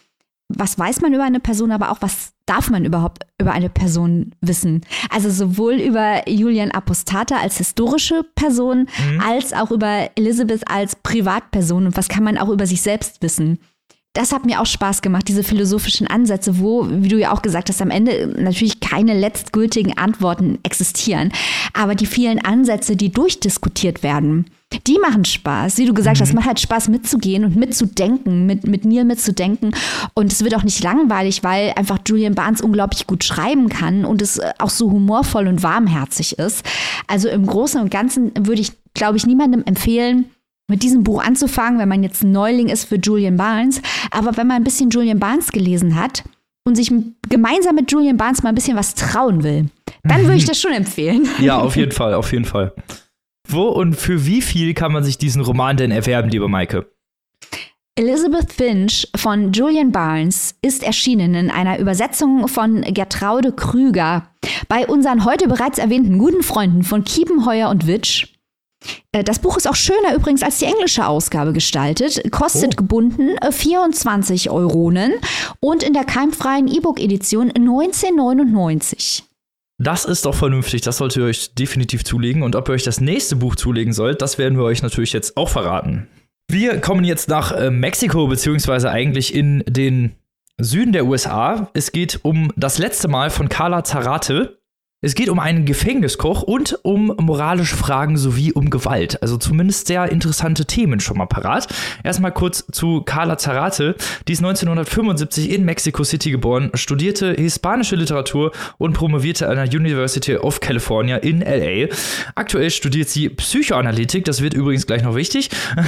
was weiß man über eine Person, aber auch, was darf man überhaupt über eine Person wissen. Also sowohl über Julian Apostata als historische Person, mhm. als auch über Elizabeth als Privatperson und was kann man auch über sich selbst wissen. Das hat mir auch Spaß gemacht, diese philosophischen Ansätze, wo, wie du ja auch gesagt hast, am Ende natürlich keine letztgültigen Antworten existieren. Aber die vielen Ansätze, die durchdiskutiert werden, die machen Spaß. Wie du gesagt mhm. hast, macht halt Spaß mitzugehen und mitzudenken, mit, mit Neil mitzudenken. Und es wird auch nicht langweilig, weil einfach Julian Barnes unglaublich gut schreiben kann und es auch so humorvoll und warmherzig ist. Also im Großen und Ganzen würde ich, glaube ich, niemandem empfehlen, mit diesem Buch anzufangen, wenn man jetzt ein Neuling ist für Julian Barnes. Aber wenn man ein bisschen Julian Barnes gelesen hat und sich gemeinsam mit Julian Barnes mal ein bisschen was trauen will, dann würde ich das schon empfehlen. Ja, auf jeden Fall, auf jeden Fall. Wo und für wie viel kann man sich diesen Roman denn erwerben, liebe Maike? Elizabeth Finch von Julian Barnes ist erschienen in einer Übersetzung von Gertraude Krüger bei unseren heute bereits erwähnten guten Freunden von Kiepenheuer und Witsch. Das Buch ist auch schöner übrigens als die englische Ausgabe gestaltet, kostet oh. gebunden vierundzwanzig Euronen und in der keimfreien E-Book-Edition neunzehn neunundneunzig. Das ist doch vernünftig, das solltet ihr euch definitiv zulegen. Und ob ihr euch das nächste Buch zulegen sollt, das werden wir euch natürlich jetzt auch verraten. Wir kommen jetzt nach äh, Mexiko, beziehungsweise eigentlich in den Süden der U S A. Es geht um das letzte Mal von Carla Zarate. Es geht um einen Gefängniskoch und um moralische Fragen sowie um Gewalt. Also zumindest sehr interessante Themen schon mal parat. Erstmal kurz zu Carla Zarate. Die ist neunzehnhundertfünfundsiebzig in Mexico City geboren, studierte hispanische Literatur und promovierte an der University of California in L A. Aktuell studiert sie Psychoanalytik, das wird übrigens gleich noch wichtig.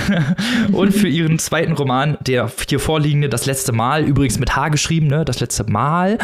Und für ihren zweiten Roman, der hier vorliegende, Das letzte Mal, übrigens mit H geschrieben, ne? Das letzte Mal,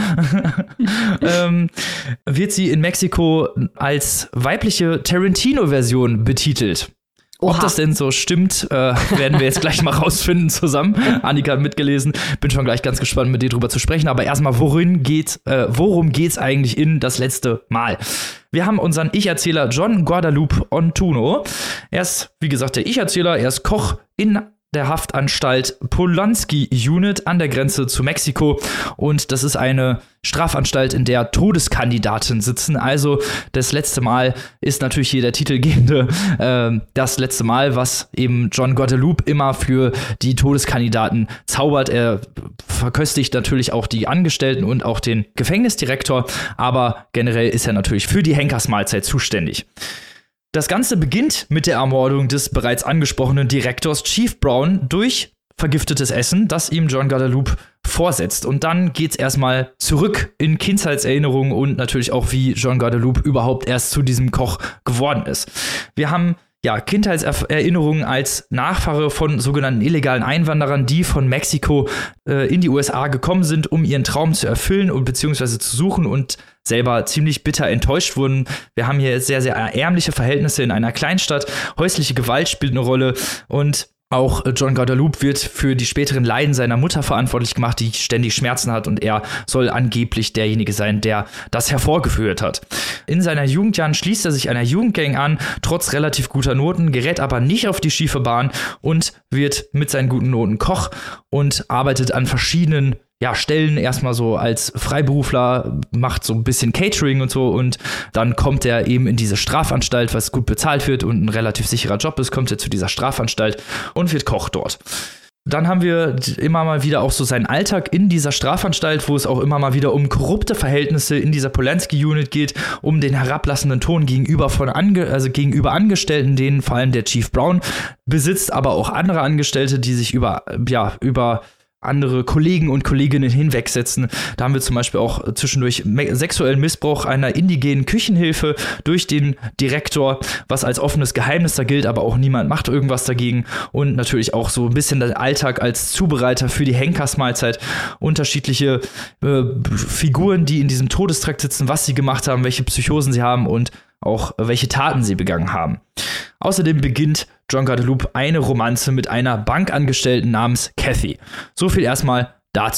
ähm, wird sie in in Mexiko als weibliche Tarantino-Version betitelt. Oha. Ob das denn so stimmt, äh, werden wir jetzt gleich mal rausfinden zusammen. Annika hat mitgelesen, bin schon gleich ganz gespannt, mit dir drüber zu sprechen. Aber erstmal, worin geht, äh, worum geht's eigentlich in Das letzte Mal? Wir haben unseren Ich-Erzähler John Guadalupe Ontuno. Er ist, wie gesagt, der Ich-Erzähler, er ist Koch in der Haftanstalt Polanski Unit an der Grenze zu Mexiko. Und das ist eine Strafanstalt, in der Todeskandidaten sitzen. Also das letzte Mal ist natürlich hier der titelgebende äh, das letzte Mal, was eben John Guadalupe immer für die Todeskandidaten zaubert. Er verköstigt natürlich auch die Angestellten und auch den Gefängnisdirektor, aber generell ist er natürlich für die Henkersmahlzeit zuständig. Das Ganze beginnt mit der Ermordung des bereits angesprochenen Direktors Chief Brown durch vergiftetes Essen, das ihm John Guadalupe vorsetzt. Und dann geht's erstmal zurück in Kindheitserinnerungen und natürlich auch, wie John Guadalupe überhaupt erst zu diesem Koch geworden ist. Wir haben ja Kindheitserinnerungen als Nachfahre von sogenannten illegalen Einwanderern, die von Mexiko äh, in die U S A gekommen sind, um ihren Traum zu erfüllen und beziehungsweise zu suchen und selber ziemlich bitter enttäuscht wurden. Wir haben hier sehr, sehr ärmliche Verhältnisse in einer Kleinstadt. Häusliche Gewalt spielt eine Rolle und auch John Guadalupe wird für die späteren Leiden seiner Mutter verantwortlich gemacht, die ständig Schmerzen hat, und er soll angeblich derjenige sein, der das hervorgeführt hat. In seiner Jugendjahren schließt er sich einer Jugendgang an, trotz relativ guter Noten, gerät aber nicht auf die schiefe Bahn und wird mit seinen guten Noten Koch und arbeitet an verschiedenen ja, Stellen erstmal so als Freiberufler, macht so ein bisschen Catering und so, und dann kommt er eben in diese Strafanstalt, was gut bezahlt wird und ein relativ sicherer Job ist, kommt er zu dieser Strafanstalt und wird Koch dort. Dann haben wir immer mal wieder auch so seinen Alltag in dieser Strafanstalt, wo es auch immer mal wieder um korrupte Verhältnisse in dieser Polanski-Unit geht, um den herablassenden Ton gegenüber von Ange- also gegenüber Angestellten, denen vor allem der Chief Brown besitzt, aber auch andere Angestellte, die sich über, ja, über andere Kollegen und Kolleginnen hinwegsetzen. Da haben wir zum Beispiel auch zwischendurch me- sexuellen Missbrauch einer indigenen Küchenhilfe durch den Direktor, was als offenes Geheimnis da gilt, aber auch niemand macht irgendwas dagegen. Und natürlich auch so ein bisschen der Alltag als Zubereiter für die Henkersmahlzeit. Unterschiedliche äh, Figuren, die in diesem Todestrakt sitzen, was sie gemacht haben, welche Psychosen sie haben und auch welche Taten sie begangen haben. Außerdem beginnt John Guadalupe eine Romanze mit einer Bankangestellten namens Kathy. So viel erstmal dazu.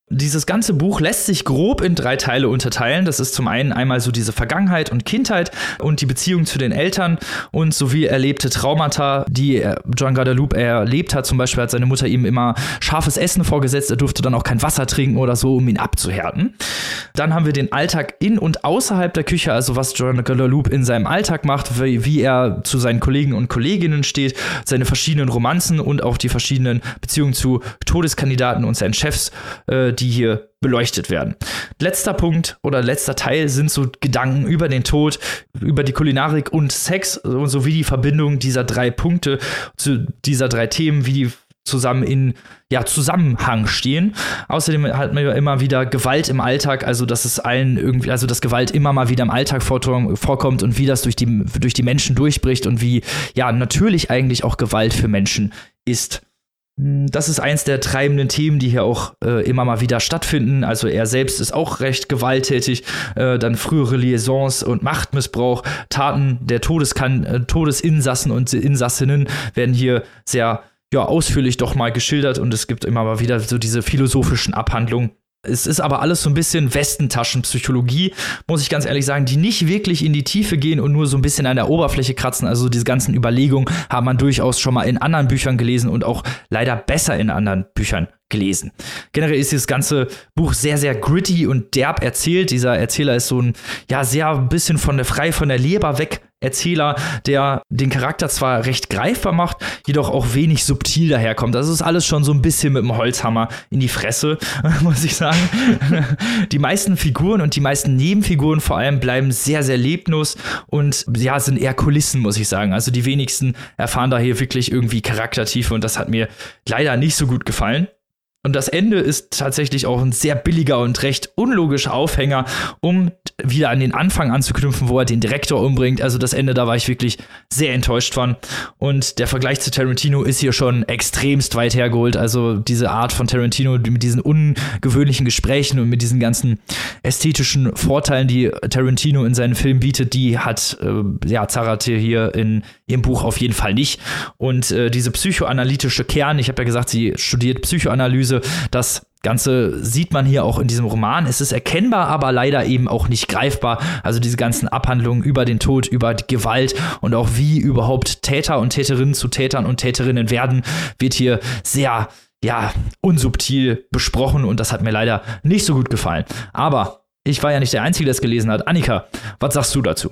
Dieses ganze Buch lässt sich grob in drei Teile unterteilen. Das ist zum einen einmal so diese Vergangenheit und Kindheit und die Beziehung zu den Eltern und sowie erlebte Traumata, die John Guadalupe erlebt hat. Zum Beispiel hat seine Mutter ihm immer scharfes Essen vorgesetzt. Er durfte dann auch kein Wasser trinken oder so, um ihn abzuhärten. Dann haben wir den Alltag in und außerhalb der Küche, also was John Guadalupe in seinem Alltag macht, wie, wie er zu seinen Kollegen und Kolleginnen steht, seine verschiedenen Romanzen und auch die verschiedenen Beziehungen zu Todeskandidaten und seinen Chefs, äh, die hier beleuchtet werden. Letzter Punkt oder letzter Teil sind so Gedanken über den Tod, über die Kulinarik und Sex sowie die Verbindung dieser drei Punkte zu dieser drei Themen, wie die zusammen in ja, Zusammenhang stehen. Außerdem hat man ja immer wieder Gewalt im Alltag, also dass es allen irgendwie, also dass Gewalt immer mal wieder im Alltag vorkommt und wie das durch die, durch die Menschen durchbricht und wie ja natürlich eigentlich auch Gewalt für Menschen ist. Das ist eins der treibenden Themen, die hier auch äh, immer mal wieder stattfinden. Also er selbst ist auch recht gewalttätig. Äh, dann frühere Liaisons und Machtmissbrauch, Taten der Todeskan- äh, Todesinsassen und Insassinnen werden hier sehr ja, ausführlich doch mal geschildert. Und es gibt immer mal wieder so diese philosophischen Abhandlungen. Es ist aber alles so ein bisschen Westentaschenpsychologie, muss ich ganz ehrlich sagen, die nicht wirklich in die Tiefe gehen und nur so ein bisschen an der Oberfläche kratzen. Also diese ganzen Überlegungen hat man durchaus schon mal in anderen Büchern gelesen und auch leider besser in anderen Büchern gelesen. Generell ist dieses ganze Buch sehr, sehr gritty und derb erzählt. Dieser Erzähler ist so ein, ja, sehr ein bisschen von der, frei von der Leber weg Erzähler, der den Charakter zwar recht greifbar macht, jedoch auch wenig subtil daherkommt. Das ist alles schon so ein bisschen mit dem Holzhammer in die Fresse, muss ich sagen. Die meisten Figuren und die meisten Nebenfiguren vor allem bleiben sehr, sehr leblos und ja, sind eher Kulissen, muss ich sagen. Also die wenigsten erfahren da hier wirklich irgendwie Charaktertiefe und das hat mir leider nicht so gut gefallen. Und das Ende ist tatsächlich auch ein sehr billiger und recht unlogischer Aufhänger, um wieder an den Anfang anzuknüpfen, wo er den Direktor umbringt. Also das Ende, da war ich wirklich sehr enttäuscht von. Und der Vergleich zu Tarantino ist hier schon extremst weit hergeholt. Also diese Art von Tarantino mit diesen ungewöhnlichen Gesprächen und mit diesen ganzen ästhetischen Vorteilen, die Tarantino in seinen Filmen bietet, die hat äh, ja, Zarate hier in ihrem Buch auf jeden Fall nicht. Und äh, diese psychoanalytische Kern, ich habe ja gesagt, sie studiert Psychoanalyse. Das Ganze sieht man hier auch in diesem Roman. Es ist erkennbar, aber leider eben auch nicht greifbar. Also diese ganzen Abhandlungen über den Tod, über die Gewalt und auch wie überhaupt Täter und Täterinnen zu Tätern und Täterinnen werden, wird hier sehr, ja, unsubtil besprochen und das hat mir leider nicht so gut gefallen. Aber ich war ja nicht der Einzige, der es gelesen hat. Annika, was sagst du dazu?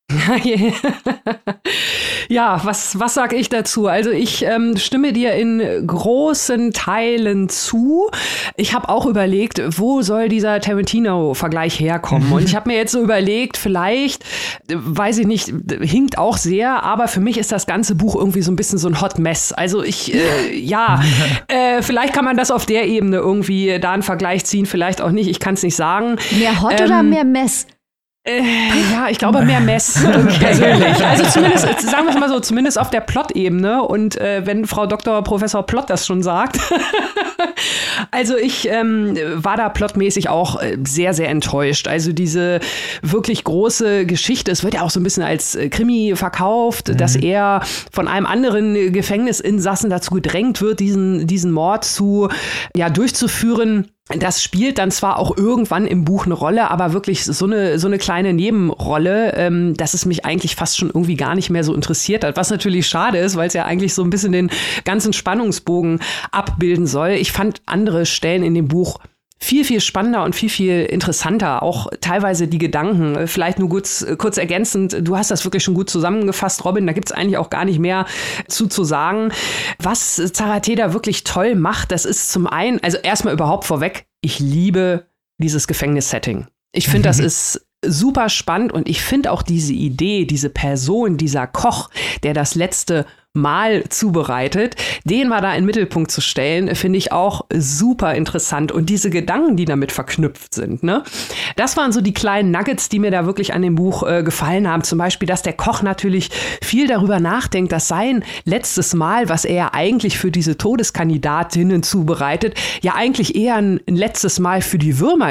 Ja, was, was sag ich dazu? Also ich ähm, stimme dir in großen Teilen zu. Ich habe auch überlegt, wo soll dieser Tarantino-Vergleich herkommen? Und ich habe mir jetzt so überlegt, vielleicht, weiß ich nicht, hinkt auch sehr, aber für mich ist das ganze Buch irgendwie so ein bisschen so ein Hot Mess. Also ich, äh, ja, äh, vielleicht kann man das auf der Ebene irgendwie da einen Vergleich ziehen, vielleicht auch nicht, ich kann es nicht sagen. Mehr Hot ähm, oder mehr Mess? Äh, ja, ich glaube mehr Mess okay. persönlich. Also zumindest, sagen wir es mal so, zumindest auf der Plot-Ebene. Und äh, wenn Frau Doktor Professor Plott das schon sagt. Also ich ähm, war da plotmäßig auch sehr, sehr enttäuscht. Also diese wirklich große Geschichte, es wird ja auch so ein bisschen als Krimi verkauft, mhm. dass er von einem anderen Gefängnisinsassen dazu gedrängt wird, diesen, diesen Mord zu, ja, durchzuführen. Das spielt dann zwar auch irgendwann im Buch eine Rolle, aber wirklich so eine, so eine kleine Nebenrolle, ähm, dass es mich eigentlich fast schon irgendwie gar nicht mehr so interessiert hat. Was natürlich schade ist, weil es ja eigentlich so ein bisschen den ganzen Spannungsbogen abbilden soll. Ich fand andere Stellen in dem Buch viel, viel spannender und viel, viel interessanter. Auch teilweise die Gedanken. Vielleicht nur kurz, kurz ergänzend. Du hast das wirklich schon gut zusammengefasst, Robin. Da gibt's eigentlich auch gar nicht mehr zu, zu sagen. Was Zarate da wirklich toll macht, das ist zum einen, also erstmal überhaupt vorweg, ich liebe dieses Gefängnissetting. Ich finde, das ist super spannend und ich finde auch diese Idee, diese Person, dieser Koch, der das letzte Mal zubereitet, den mal da in den Mittelpunkt zu stellen, finde ich auch super interessant. Und diese Gedanken, die damit verknüpft sind, ne? Das waren so die kleinen Nuggets, die mir da wirklich an dem Buch äh, gefallen haben. Zum Beispiel, dass der Koch natürlich viel darüber nachdenkt, dass sein letztes Mal, was er eigentlich für diese Todeskandidatinnen zubereitet, ja eigentlich eher ein, ein letztes Mal für die Würmer ist.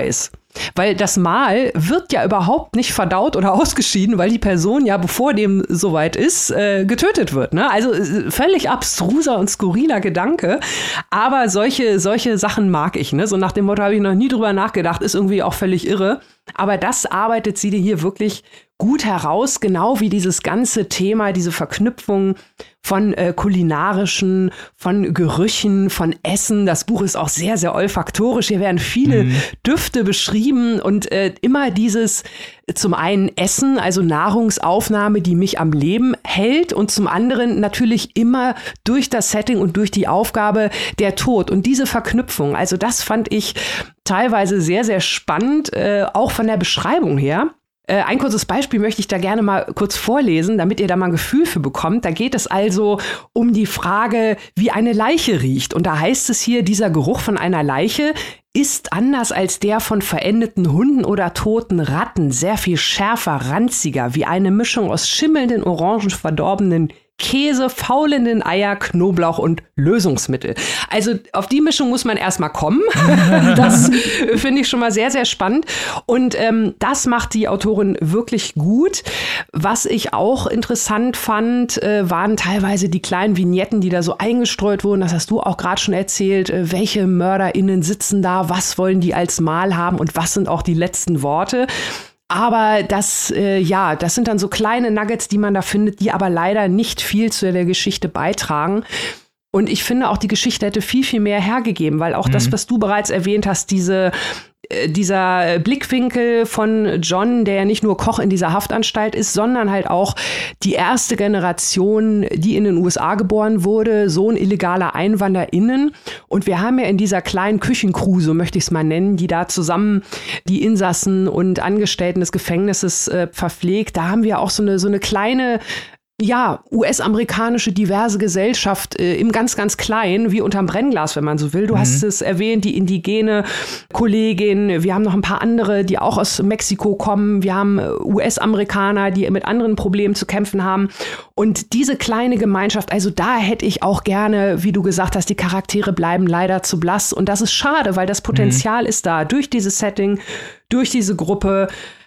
Weil das Mal wird ja überhaupt nicht verdaut oder ausgeschieden, weil die Person ja, bevor dem soweit ist, äh, getötet wird. Ne? Also äh, völlig abstruser und skurriler Gedanke. Aber solche, solche Sachen mag ich. Ne? So nach dem Motto habe ich noch nie drüber nachgedacht, ist irgendwie auch völlig irre. Aber das arbeitet sie dir hier wirklich gut heraus, genau wie dieses ganze Thema, diese Verknüpfung von äh, kulinarischen, von Gerüchen, von Essen. Das Buch ist auch sehr, sehr olfaktorisch. Hier werden viele mhm. Düfte beschrieben und äh, immer dieses zum einen Essen, also Nahrungsaufnahme, die mich am Leben hält, und zum anderen natürlich immer durch das Setting und durch die Aufgabe der Tod. Und diese Verknüpfung, also das fand ich teilweise sehr, sehr spannend, äh, auch von der Beschreibung her. Äh, ein kurzes Beispiel möchte ich da gerne mal kurz vorlesen, damit ihr da mal ein Gefühl für bekommt. Da geht es also um die Frage, wie eine Leiche riecht. Und da heißt es hier, dieser Geruch von einer Leiche ist anders als der von verendeten Hunden oder toten Ratten sehr viel schärfer, ranziger, wie eine Mischung aus schimmelnden, orangen, verdorbenen Käse, faulenden Eier, Knoblauch und Lösungsmittel. Also auf die Mischung muss man erstmal kommen. Das finde ich schon mal sehr, sehr spannend. Und ähm, das macht die Autorin wirklich gut. Was ich auch interessant fand, äh, waren teilweise die kleinen Vignetten, die da so eingestreut wurden. Das hast du auch gerade schon erzählt. Äh, welche MörderInnen sitzen da? Was wollen die als Mahl haben? Und was sind auch die letzten Worte? Aber das, äh, ja, das sind dann so kleine Nuggets, die man da findet, die aber leider nicht viel zu der Geschichte beitragen. Und ich finde auch, die Geschichte hätte viel, viel mehr hergegeben, weil auch mhm. das, was du bereits erwähnt hast, diese dieser Blickwinkel von John, der ja nicht nur Koch in dieser Haftanstalt ist, sondern halt auch die erste Generation, die in den U S A geboren wurde, Sohn illegaler EinwanderInnen. Und wir haben ja in dieser kleinen Küchencrew, so möchte ich es mal nennen, die da zusammen die Insassen und Angestellten des Gefängnisses äh, verpflegt, da haben wir auch so eine, so eine kleine ja, U S-amerikanische diverse Gesellschaft äh, im ganz, ganz Kleinen, wie unterm Brennglas, wenn man so will. Du mhm. hast es erwähnt, die indigene Kollegin. Wir haben noch ein paar andere, die auch aus Mexiko kommen. Wir haben U S-Amerikaner, die mit anderen Problemen zu kämpfen haben. Und diese kleine Gemeinschaft, also da hätte ich auch gerne, wie du gesagt hast, die Charaktere bleiben leider zu blass. Und das ist schade, weil das Potenzial mhm. ist da. Durch dieses Setting, durch diese Gruppe.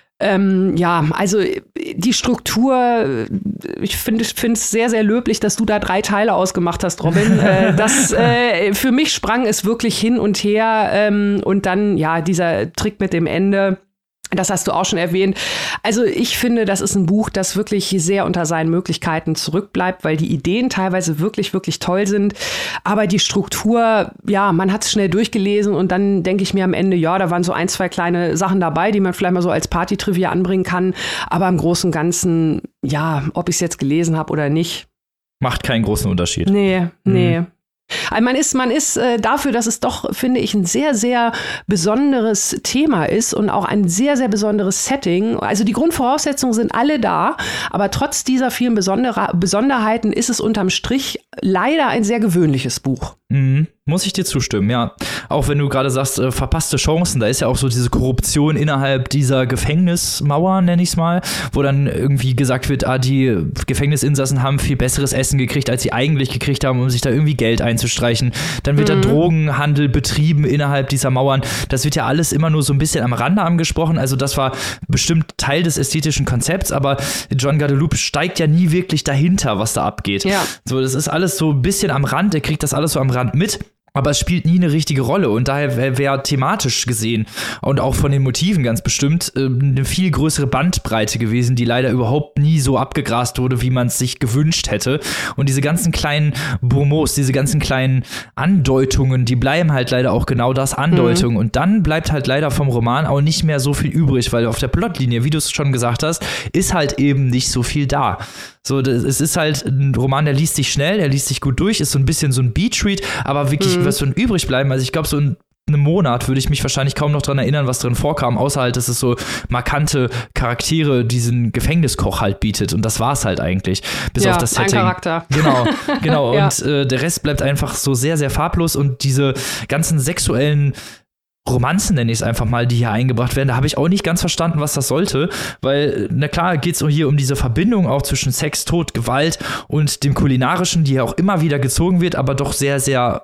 Ähm, ja, also die Struktur, ich finde es sehr, sehr löblich, dass du da drei Teile ausgemacht hast, Robin. äh, das, äh, für mich sprang es wirklich hin und her ähm, und dann, ja, dieser Trick mit dem Ende. Das hast du auch schon erwähnt. Also ich finde, das ist ein Buch, das wirklich sehr unter seinen Möglichkeiten zurückbleibt, weil die Ideen teilweise wirklich, wirklich toll sind. Aber die Struktur, ja, man hat es schnell durchgelesen und dann denke ich mir am Ende, ja, da waren so ein, zwei kleine Sachen dabei, die man vielleicht mal so als Party-Trivia anbringen kann. Aber im Großen und Ganzen, ja, ob ich es jetzt gelesen habe oder nicht. Macht keinen großen Unterschied. Nee, nee. Mhm. Also man ist, man ist äh, dafür, dass es doch, finde ich, ein sehr, sehr besonderes Thema ist und auch ein sehr, sehr besonderes Setting. Also die Grundvoraussetzungen sind alle da, aber trotz dieser vielen Besonder- Besonderheiten ist es unterm Strich leider ein sehr gewöhnliches Buch. Mhm. Muss ich dir zustimmen, ja. Auch wenn du gerade sagst, äh, verpasste Chancen, da ist ja auch so diese Korruption innerhalb dieser Gefängnismauer, nenne ich es mal, wo dann irgendwie gesagt wird, ah, die Gefängnisinsassen haben viel besseres Essen gekriegt, als sie eigentlich gekriegt haben, um sich da irgendwie Geld einzustreichen. Dann wird mhm. da Drogenhandel betrieben innerhalb dieser Mauern. Das wird ja alles immer nur so ein bisschen am Rande angesprochen. Also das war bestimmt Teil des ästhetischen Konzepts, aber John Guadalupe steigt ja nie wirklich dahinter, was da abgeht. Ja. So, das ist alles so ein bisschen am Rand, der kriegt das alles so am Rand mit. Aber es spielt nie eine richtige Rolle und daher wäre wär thematisch gesehen und auch von den Motiven ganz bestimmt äh, eine viel größere Bandbreite gewesen, die leider überhaupt nie so abgegrast wurde, wie man es sich gewünscht hätte. Und diese ganzen kleinen Bonmots, diese ganzen kleinen Andeutungen, die bleiben halt leider auch genau das, Andeutungen. Mhm. Und dann bleibt halt leider vom Roman auch nicht mehr so viel übrig, weil auf der Plotlinie, wie du es schon gesagt hast, ist halt eben nicht so viel da. So, das, es ist halt ein Roman, der liest sich schnell, der liest sich gut durch, ist so ein bisschen so ein Beat-Read, aber wirklich, mhm. was so ein übrig bleiben, also ich glaube, so in einem Monat würde ich mich wahrscheinlich kaum noch dran erinnern, was drin vorkam, außer halt, dass es so markante Charaktere diesen Gefängniskoch halt bietet und das war's halt eigentlich, bis ja, auf das Setting. Ein Charakter. Genau, genau, ja. Und äh, der Rest bleibt einfach so sehr, sehr farblos und diese ganzen sexuellen Romanzen, nenne ich es einfach mal, die hier eingebracht werden, da habe ich auch nicht ganz verstanden, was das sollte, weil, na klar, geht es hier um diese Verbindung auch zwischen Sex, Tod, Gewalt und dem Kulinarischen, die ja auch immer wieder gezogen wird, aber doch sehr, sehr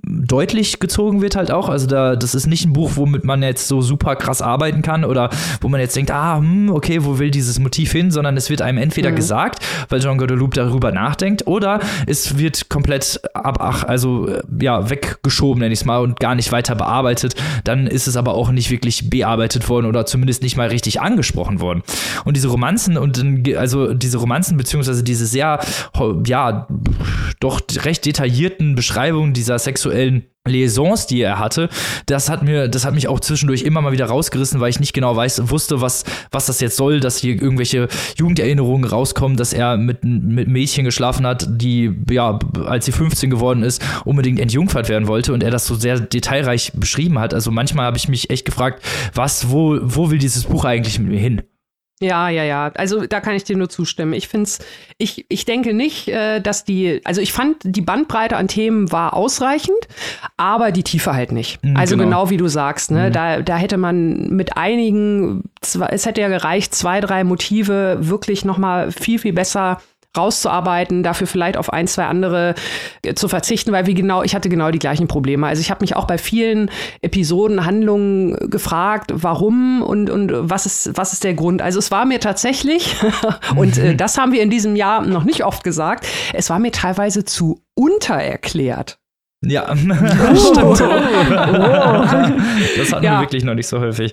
deutlich gezogen wird halt auch. Also da, das ist nicht ein Buch, womit man jetzt so super krass arbeiten kann oder wo man jetzt denkt, ah, hm, okay, wo will dieses Motiv hin, sondern es wird einem entweder mhm. gesagt, weil John Guadeloupe darüber nachdenkt, oder es wird komplett ab, ach, also ja, weggeschoben, nenne ich es mal, und gar nicht weiter bearbeitet. Dann ist es aber auch nicht wirklich bearbeitet worden oder zumindest nicht mal richtig angesprochen worden. Und diese Romanzen und also diese Romanzen beziehungsweise diese sehr, ja, doch recht detaillierten Beschreibungen dieser sexuellen Liaisons, die er hatte, das hat mir, das hat mich auch zwischendurch immer mal wieder rausgerissen, weil ich nicht genau weiß, wusste, was, was das jetzt soll, dass hier irgendwelche Jugenderinnerungen rauskommen, dass er mit, mit Mädchen geschlafen hat, die, ja, als sie fünfzehn geworden ist, unbedingt entjungfert werden wollte und er das so sehr detailreich beschrieben hat. Also manchmal habe ich mich echt gefragt, was, wo, wo will dieses Buch eigentlich mit mir hin? Ja, ja, ja. Also da kann ich dir nur zustimmen. Ich find's, ich, ich denke nicht, äh, dass die, also ich fand, die Bandbreite an Themen war ausreichend, aber die Tiefe halt nicht. Mhm, also genau. genau wie du sagst, ne, mhm. da, da hätte man mit einigen, es hätte ja gereicht, zwei, drei Motive wirklich noch mal viel, viel besser rauszuarbeiten, dafür vielleicht auf ein, zwei andere äh, zu verzichten, weil wie genau, ich hatte genau die gleichen Probleme. Also ich habe mich auch bei vielen Episoden, Handlungen gefragt, warum und, und was ist, was ist der Grund. Also es war mir tatsächlich, und äh, das haben wir in diesem Jahr noch nicht oft gesagt, es war mir teilweise zu untererklärt. Ja, oh. Stimmt. Oh. Das hatten ja. wir wirklich noch nicht so häufig.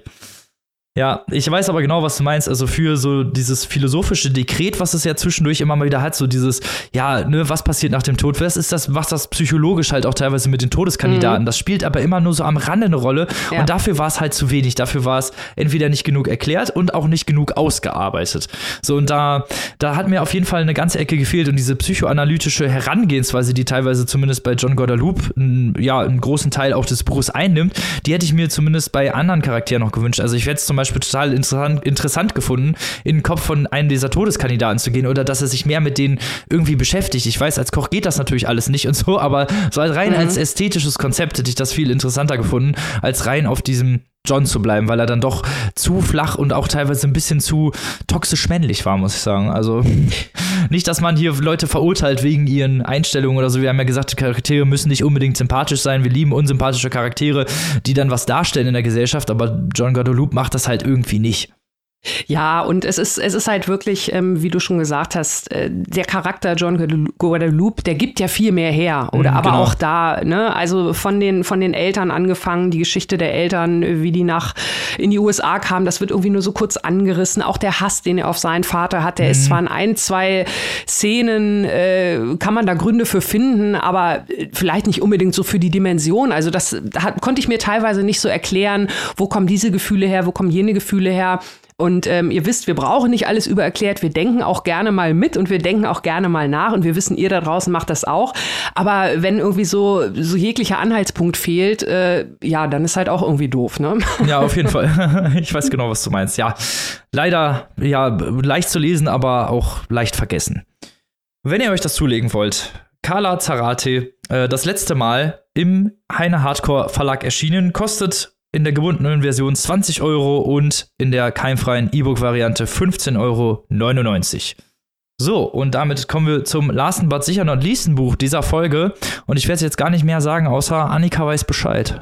Ja, ich weiß aber genau, was du meinst. Also für so dieses philosophische Dekret, was es ja zwischendurch immer mal wieder hat, so dieses, ja, ne, was passiert nach dem Tod? Was ist das, was das psychologisch halt auch teilweise mit den Todeskandidaten? Mhm. Das spielt aber immer nur so am Rande eine Rolle. Ja. Und dafür war es halt zu wenig. Dafür war es entweder nicht genug erklärt und auch nicht genug ausgearbeitet. So, und da, da hat mir auf jeden Fall eine ganze Ecke gefehlt. Und diese psychoanalytische Herangehensweise, die teilweise zumindest bei John Guadeloupe n, ja, einen großen Teil auch des Buches einnimmt, die hätte ich mir zumindest bei anderen Charakteren noch gewünscht. Also ich werde es zum Beispiel total interessant, interessant gefunden, in den Kopf von einem dieser Todeskandidaten zu gehen oder dass er sich mehr mit denen irgendwie beschäftigt. Ich weiß, als Koch geht das natürlich alles nicht und so, aber so rein mhm. als ästhetisches Konzept hätte ich das viel interessanter gefunden, als rein auf diesem John zu bleiben, weil er dann doch zu flach und auch teilweise ein bisschen zu toxisch männlich war, muss ich sagen. Also nicht, dass man hier Leute verurteilt wegen ihren Einstellungen oder so. Wir haben ja gesagt, die Charaktere müssen nicht unbedingt sympathisch sein. Wir lieben unsympathische Charaktere, die dann was darstellen in der Gesellschaft, aber John Guadeloupe macht das halt irgendwie nicht. Ja, und es ist, es ist halt wirklich, ähm, wie du schon gesagt hast, äh, der Charakter John Guadeloupe, der gibt ja viel mehr her. Oder mhm, aber genau. auch da, ne, also von den, von den Eltern angefangen, die Geschichte der Eltern, wie die nach in die U S A kamen, das wird irgendwie nur so kurz angerissen. Auch der Hass, den er auf seinen Vater hat, der mhm. ist zwar in ein, zwei Szenen, äh, kann man da Gründe für finden, aber vielleicht nicht unbedingt so für die Dimension. Also das hat, konnte ich mir teilweise nicht so erklären, wo kommen diese Gefühle her, wo kommen jene Gefühle her. Und ähm, ihr wisst, wir brauchen nicht alles übererklärt. Wir denken auch gerne mal mit und wir denken auch gerne mal nach. Und wir wissen, ihr da draußen macht das auch. Aber wenn irgendwie so, so jeglicher Anhaltspunkt fehlt, äh, ja, dann ist halt auch irgendwie doof, ne? Ja, auf jeden Fall. Ich weiß genau, was du meinst. Ja, leider, ja, leicht zu lesen, aber auch leicht vergessen. Wenn ihr euch das zulegen wollt, Carla Zarate, äh, das letzte Mal im Heine Hardcore Verlag erschienen, kostet in der gebundenen Version zwanzig Euro und in der keimfreien E-Book-Variante fünfzehn Euro neunundneunzig. So, und damit kommen wir zum last but sicher not least Buch dieser Folge. Und ich werde jetzt gar nicht mehr sagen, außer Annika weiß Bescheid.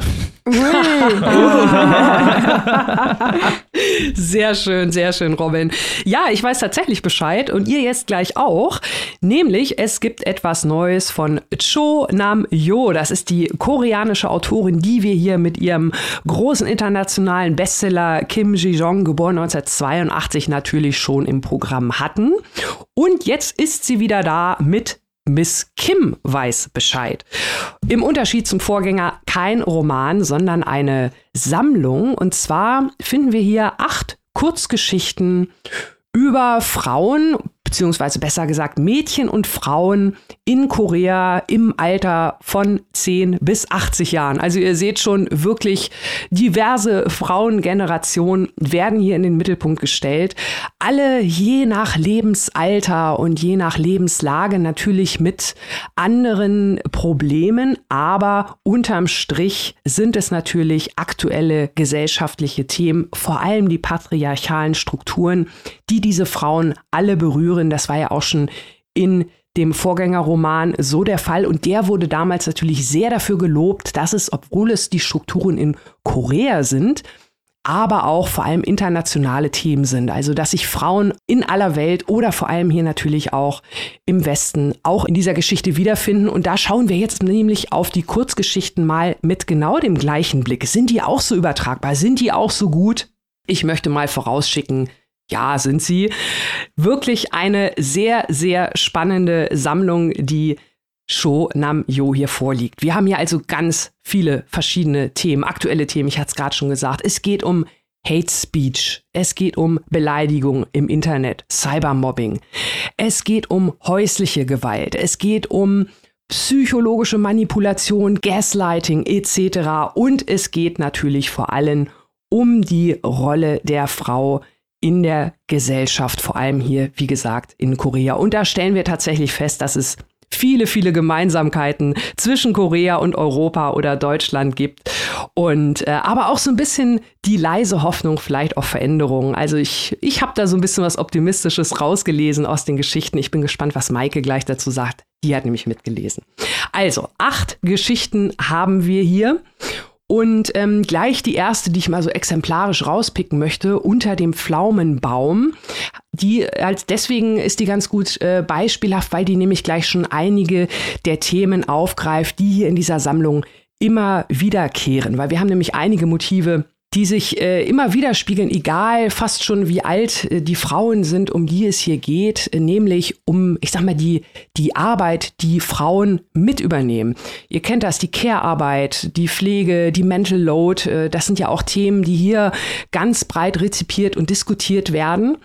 Sehr schön, sehr schön, Robin. Ja, ich weiß tatsächlich Bescheid und ihr jetzt gleich auch. Nämlich, es gibt etwas Neues von Cho Nam-yo. Das ist die koreanische Autorin, die wir hier mit ihrem großen internationalen Bestseller Kim Ji-jong, geboren neunzehnhundertzweiundachtzig, natürlich schon im Programm hatten. Und jetzt ist sie wieder da mit Miss Kim weiß Bescheid. Im Unterschied zum Vorgänger kein Roman, sondern eine Sammlung. Und zwar finden wir hier acht Kurzgeschichten über Frauen, beziehungsweise besser gesagt Mädchen und Frauen in Korea im Alter von zehn bis achtzig Jahren. Also ihr seht schon, wirklich diverse Frauengenerationen werden hier in den Mittelpunkt gestellt. Alle je nach Lebensalter und je nach Lebenslage natürlich mit anderen Problemen, aber unterm Strich sind es natürlich aktuelle gesellschaftliche Themen, vor allem die patriarchalen Strukturen, die diese Frauen alle berühren. Das war ja auch schon in dem Vorgängerroman so der Fall. Und der wurde damals natürlich sehr dafür gelobt, dass es, obwohl es die Strukturen in Korea sind, aber auch vor allem internationale Themen sind. Also dass sich Frauen in aller Welt oder vor allem hier natürlich auch im Westen auch in dieser Geschichte wiederfinden. Und da schauen wir jetzt nämlich auf die Kurzgeschichten mal mit genau dem gleichen Blick. Sind die auch so übertragbar? Sind die auch so gut? Ich möchte mal vorausschicken, ja, sind sie. Wirklich eine sehr, sehr spannende Sammlung, die Cho Nam-yo hier vorliegt. Wir haben hier also ganz viele verschiedene Themen, aktuelle Themen, ich hatte es gerade schon gesagt. Es geht um Hate Speech, es geht um Beleidigung im Internet, Cybermobbing, es geht um häusliche Gewalt, es geht um psychologische Manipulation, Gaslighting et cetera. Und es geht natürlich vor allem um die Rolle der Frau in der Gesellschaft, vor allem hier, wie gesagt, in Korea. Und da stellen wir tatsächlich fest, dass es viele, viele Gemeinsamkeiten zwischen Korea und Europa oder Deutschland gibt. Und äh, aber auch so ein bisschen die leise Hoffnung vielleicht auf Veränderungen. Also ich, ich habe da so ein bisschen was Optimistisches rausgelesen aus den Geschichten. Ich bin gespannt, was Maike gleich dazu sagt. Die hat nämlich mitgelesen. Also, acht Geschichten haben wir hier. Und ähm, gleich die erste, die ich mal so exemplarisch rauspicken möchte, Unter dem Pflaumenbaum. Die, als deswegen ist die ganz gut äh, beispielhaft, weil die nämlich gleich schon einige der Themen aufgreift, die hier in dieser Sammlung immer wiederkehren. Weil wir haben nämlich einige Motive, die sich äh, immer widerspiegeln, egal fast schon wie alt äh, die Frauen sind, um die es hier geht, äh, nämlich um, ich sag mal, die, die Arbeit, die Frauen mit übernehmen. Ihr kennt das, die Care-Arbeit, die Pflege, die Mental Load, äh, das sind ja auch Themen, die hier ganz breit rezipiert und diskutiert werden.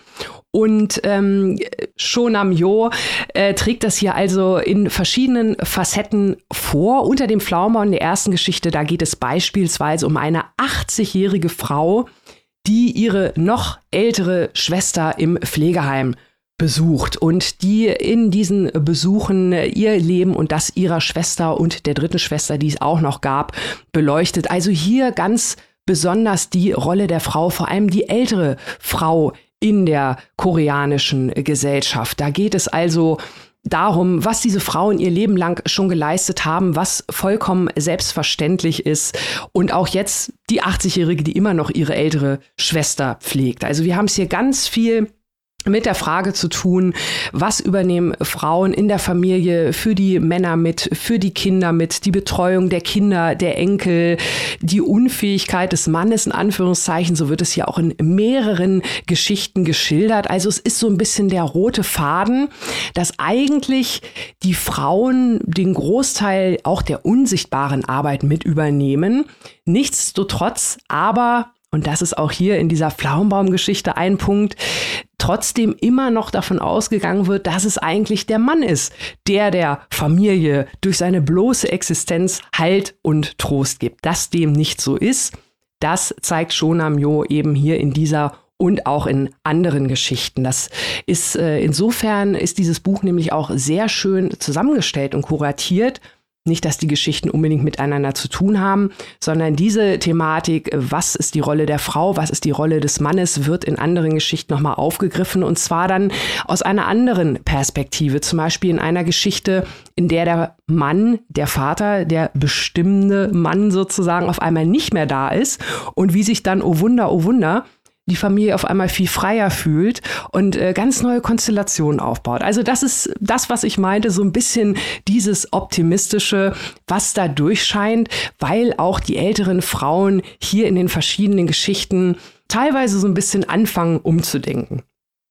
Und ähm, Cho Nam-yo äh, trägt das hier also in verschiedenen Facetten vor. Unter dem Pflaumenbaum in der ersten Geschichte, da geht es beispielsweise um eine achtzigjährige Frau, die ihre noch ältere Schwester im Pflegeheim besucht und die in diesen Besuchen ihr Leben und das ihrer Schwester und der dritten Schwester, die es auch noch gab, beleuchtet. Also hier ganz besonders die Rolle der Frau, vor allem die ältere Frau in der koreanischen Gesellschaft. Da geht es also darum, was diese Frauen ihr Leben lang schon geleistet haben, was vollkommen selbstverständlich ist. Und auch jetzt die achtzigjährige, die immer noch ihre ältere Schwester pflegt. Also wir haben es hier ganz viel mit der Frage zu tun, was übernehmen Frauen in der Familie für die Männer mit, für die Kinder mit, die Betreuung der Kinder, der Enkel, die Unfähigkeit des Mannes, in Anführungszeichen, so wird es hier auch in mehreren Geschichten geschildert. Also es ist so ein bisschen der rote Faden, dass eigentlich die Frauen den Großteil auch der unsichtbaren Arbeit mit übernehmen. Nichtsdestotrotz aber, und das ist auch hier in dieser Pflaumenbaum-Geschichte ein Punkt, trotzdem immer noch davon ausgegangen wird, dass es eigentlich der Mann ist, der der Familie durch seine bloße Existenz Halt und Trost gibt. Dass dem nicht so ist, das zeigt Cho Nam-yo eben hier in dieser und auch in anderen Geschichten. Das ist äh, insofern ist dieses Buch nämlich auch sehr schön zusammengestellt und kuratiert. Nicht, dass die Geschichten unbedingt miteinander zu tun haben, sondern diese Thematik, was ist die Rolle der Frau, was ist die Rolle des Mannes, wird in anderen Geschichten nochmal aufgegriffen und zwar dann aus einer anderen Perspektive. Zum Beispiel in einer Geschichte, in der der Mann, der Vater, der bestimmende Mann sozusagen auf einmal nicht mehr da ist und wie sich dann, oh Wunder, oh Wunder, die Familie auf einmal viel freier fühlt und äh, ganz neue Konstellationen aufbaut. Also das ist das, was ich meinte, so ein bisschen dieses Optimistische, was da durchscheint, weil auch die älteren Frauen hier in den verschiedenen Geschichten teilweise so ein bisschen anfangen umzudenken.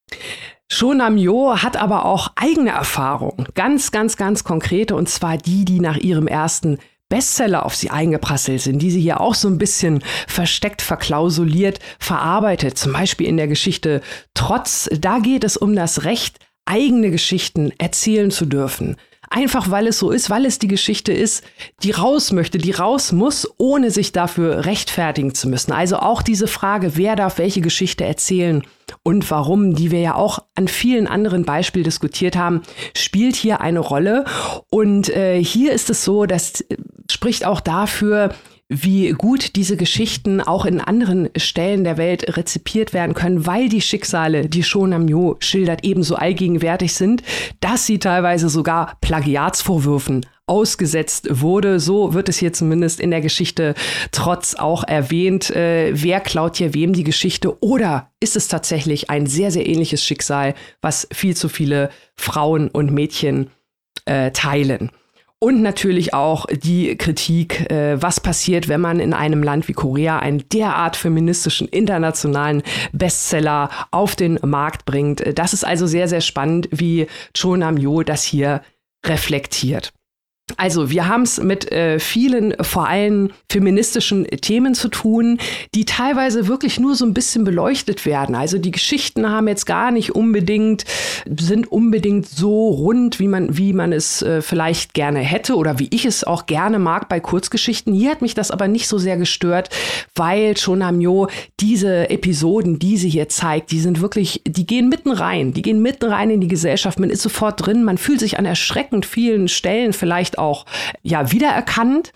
Cho Nam-yo hat aber auch eigene Erfahrungen, ganz, ganz, ganz konkrete, und zwar die, die nach ihrem ersten Bestseller auf sie eingeprasselt sind, die sie hier auch so ein bisschen versteckt, verklausuliert, verarbeitet. Zum Beispiel in der Geschichte Trotz. Da geht es um das Recht, eigene Geschichten erzählen zu dürfen. Einfach weil es so ist, weil es die Geschichte ist, die raus möchte, die raus muss, ohne sich dafür rechtfertigen zu müssen. Also auch diese Frage, wer darf welche Geschichte erzählen und warum, die wir ja auch an vielen anderen Beispielen diskutiert haben, spielt hier eine Rolle. Und äh, hier ist es so, das spricht auch dafür, wie gut diese Geschichten auch in anderen Stellen der Welt rezipiert werden können, weil die Schicksale, die Cho Nam-yo schildert, ebenso allgegenwärtig sind, dass sie teilweise sogar Plagiatsvorwürfen ausgesetzt wurde. So wird es hier zumindest in der Geschichte trotz auch erwähnt. Äh, wer klaut hier wem die Geschichte? Oder ist es tatsächlich ein sehr, sehr ähnliches Schicksal, was viel zu viele Frauen und Mädchen äh, teilen? Und natürlich auch die Kritik, äh, was passiert, wenn man in einem Land wie Korea einen derart feministischen internationalen Bestseller auf den Markt bringt. Das ist also sehr, sehr spannend, wie Cho Nam-yo das hier reflektiert. Also wir haben es mit äh, vielen, vor allem feministischen Themen zu tun, die teilweise wirklich nur so ein bisschen beleuchtet werden. Also die Geschichten haben jetzt gar nicht unbedingt, sind unbedingt so rund, wie man, wie man es äh, vielleicht gerne hätte oder wie ich es auch gerne mag bei Kurzgeschichten. Hier hat mich das aber nicht so sehr gestört, weil Cho Nam-yo diese Episoden, die sie hier zeigt, die sind wirklich, die gehen mitten rein, die gehen mitten rein in die Gesellschaft. Man ist sofort drin, man fühlt sich an erschreckend vielen Stellen vielleicht auch ja wiedererkannt.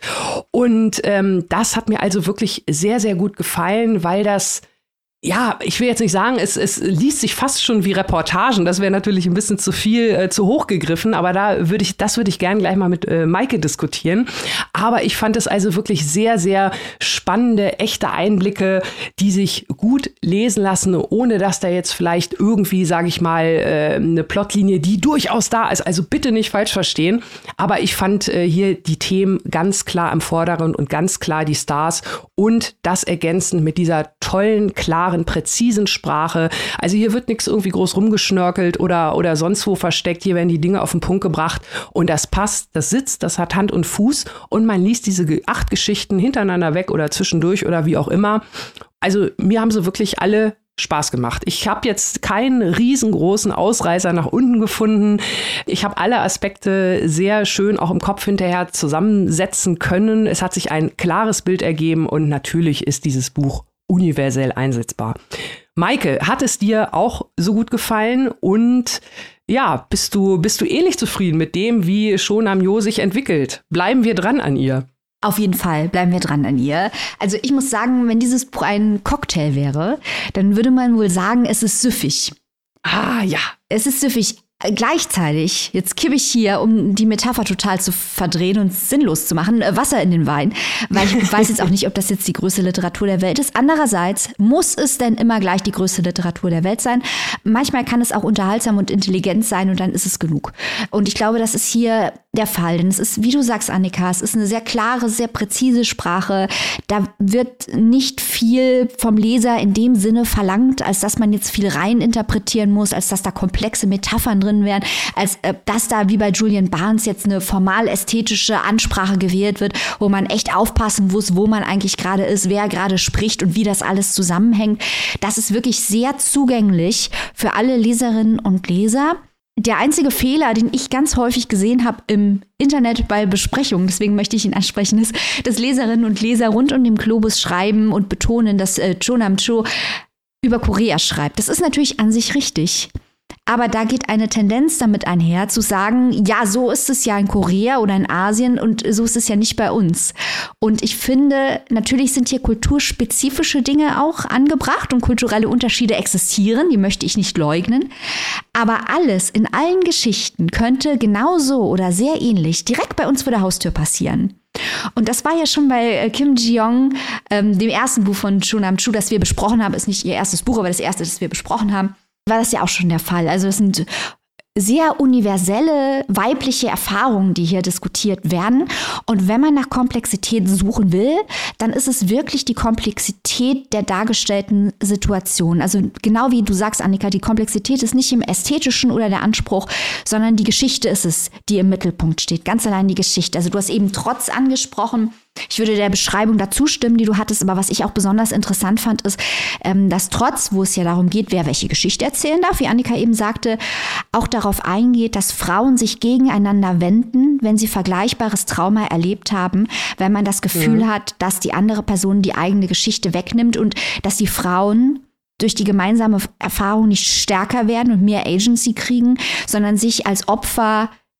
Und ähm, das hat mir also wirklich sehr, sehr gut gefallen, weil das, ja, ich will jetzt nicht sagen, es, es liest sich fast schon wie Reportagen. Das wäre natürlich ein bisschen zu viel, äh, zu hoch gegriffen. Aber da würde ich, das würde ich gerne gleich mal mit äh, Maike diskutieren. Aber ich fand es also wirklich sehr, sehr spannende, echte Einblicke, die sich gut lesen lassen, ohne dass da jetzt vielleicht irgendwie, sage ich mal, äh, eine Plotlinie, die durchaus da ist. Also bitte nicht falsch verstehen. Aber ich fand äh, hier die Themen ganz klar im Vordergrund und ganz klar die Stars und das ergänzend mit dieser tollen, klaren, präzisen Sprache. Also hier wird nichts irgendwie groß rumgeschnörkelt oder, oder sonst wo versteckt. Hier werden die Dinge auf den Punkt gebracht und das passt, das sitzt, das hat Hand und Fuß und man liest diese acht Geschichten hintereinander weg oder zwischendurch oder wie auch immer. Also mir haben sie wirklich alle Spaß gemacht. Ich habe jetzt keinen riesengroßen Ausreißer nach unten gefunden. Ich habe alle Aspekte sehr schön auch im Kopf hinterher zusammensetzen können. Es hat sich ein klares Bild ergeben und natürlich ist dieses Buch universell einsetzbar. Maike, hat es dir auch so gut gefallen und ja, bist du, bist du ähnlich zufrieden mit dem, wie Cho Nam-yo sich entwickelt? Bleiben wir dran an ihr? Auf jeden Fall bleiben wir dran an ihr. Also ich muss sagen, wenn dieses Buch ein Cocktail wäre, dann würde man wohl sagen, es ist süffig. Ah, ja. Es ist süffig. Gleichzeitig, jetzt kippe ich hier, um die Metapher total zu verdrehen und sinnlos zu machen, Wasser in den Wein. Weil ich weiß jetzt auch nicht, ob das jetzt die größte Literatur der Welt ist. Andererseits muss es denn immer gleich die größte Literatur der Welt sein. Manchmal kann es auch unterhaltsam und intelligent sein und dann ist es genug. Und ich glaube, das ist hier der Fall. Denn es ist, wie du sagst, Annika, es ist eine sehr klare, sehr präzise Sprache. Da wird nicht viel vom Leser in dem Sinne verlangt, als dass man jetzt viel rein interpretieren muss, als dass da komplexe Metaphern drin werden, als äh, dass da wie bei Julian Barnes jetzt eine formal ästhetische Ansprache gewählt wird, wo man echt aufpassen muss, wo man eigentlich gerade ist, wer gerade spricht und wie das alles zusammenhängt. Das ist wirklich sehr zugänglich für alle Leserinnen und Leser. Der einzige Fehler, den ich ganz häufig gesehen habe im Internet bei Besprechungen, deswegen möchte ich ihn ansprechen, ist, dass Leserinnen und Leser rund um den Globus schreiben und betonen, dass äh, Cho Nam-cho über Korea schreibt. Das ist natürlich an sich richtig. Aber da geht eine Tendenz damit einher, zu sagen, ja, so ist es ja in Korea oder in Asien und so ist es ja nicht bei uns. Und ich finde, natürlich sind hier kulturspezifische Dinge auch angebracht und kulturelle Unterschiede existieren, die möchte ich nicht leugnen. Aber alles in allen Geschichten könnte genauso oder sehr ähnlich direkt bei uns vor der Haustür passieren. Und das war ja schon bei Kim Ji-young, ähm, dem ersten Buch von Cho Nam-cho, das wir besprochen haben, ist nicht ihr erstes Buch, aber das erste, das wir besprochen haben, war das ja auch schon der Fall. Also es sind sehr universelle weibliche Erfahrungen, die hier diskutiert werden. Und wenn man nach Komplexität suchen will, dann ist es wirklich die Komplexität der dargestellten Situation. Also genau wie du sagst, Annika, die Komplexität ist nicht im Ästhetischen oder der Anspruch, sondern die Geschichte ist es, die im Mittelpunkt steht. Ganz allein die Geschichte. Also du hast eben Trotz angesprochen. Ich würde der Beschreibung dazu stimmen, die du hattest, aber was ich auch besonders interessant fand, ist, ähm, dass Trotz, wo es ja darum geht, wer welche Geschichte erzählen darf, wie Annika eben sagte, auch darauf eingeht, dass Frauen sich gegeneinander wenden, wenn sie vergleichbares Trauma erlebt haben, wenn man das Gefühl mhm. hat, dass die andere Person die eigene Geschichte wegnimmt und dass die Frauen durch die gemeinsame Erfahrung nicht stärker werden und mehr Agency kriegen, sondern sich als Opfer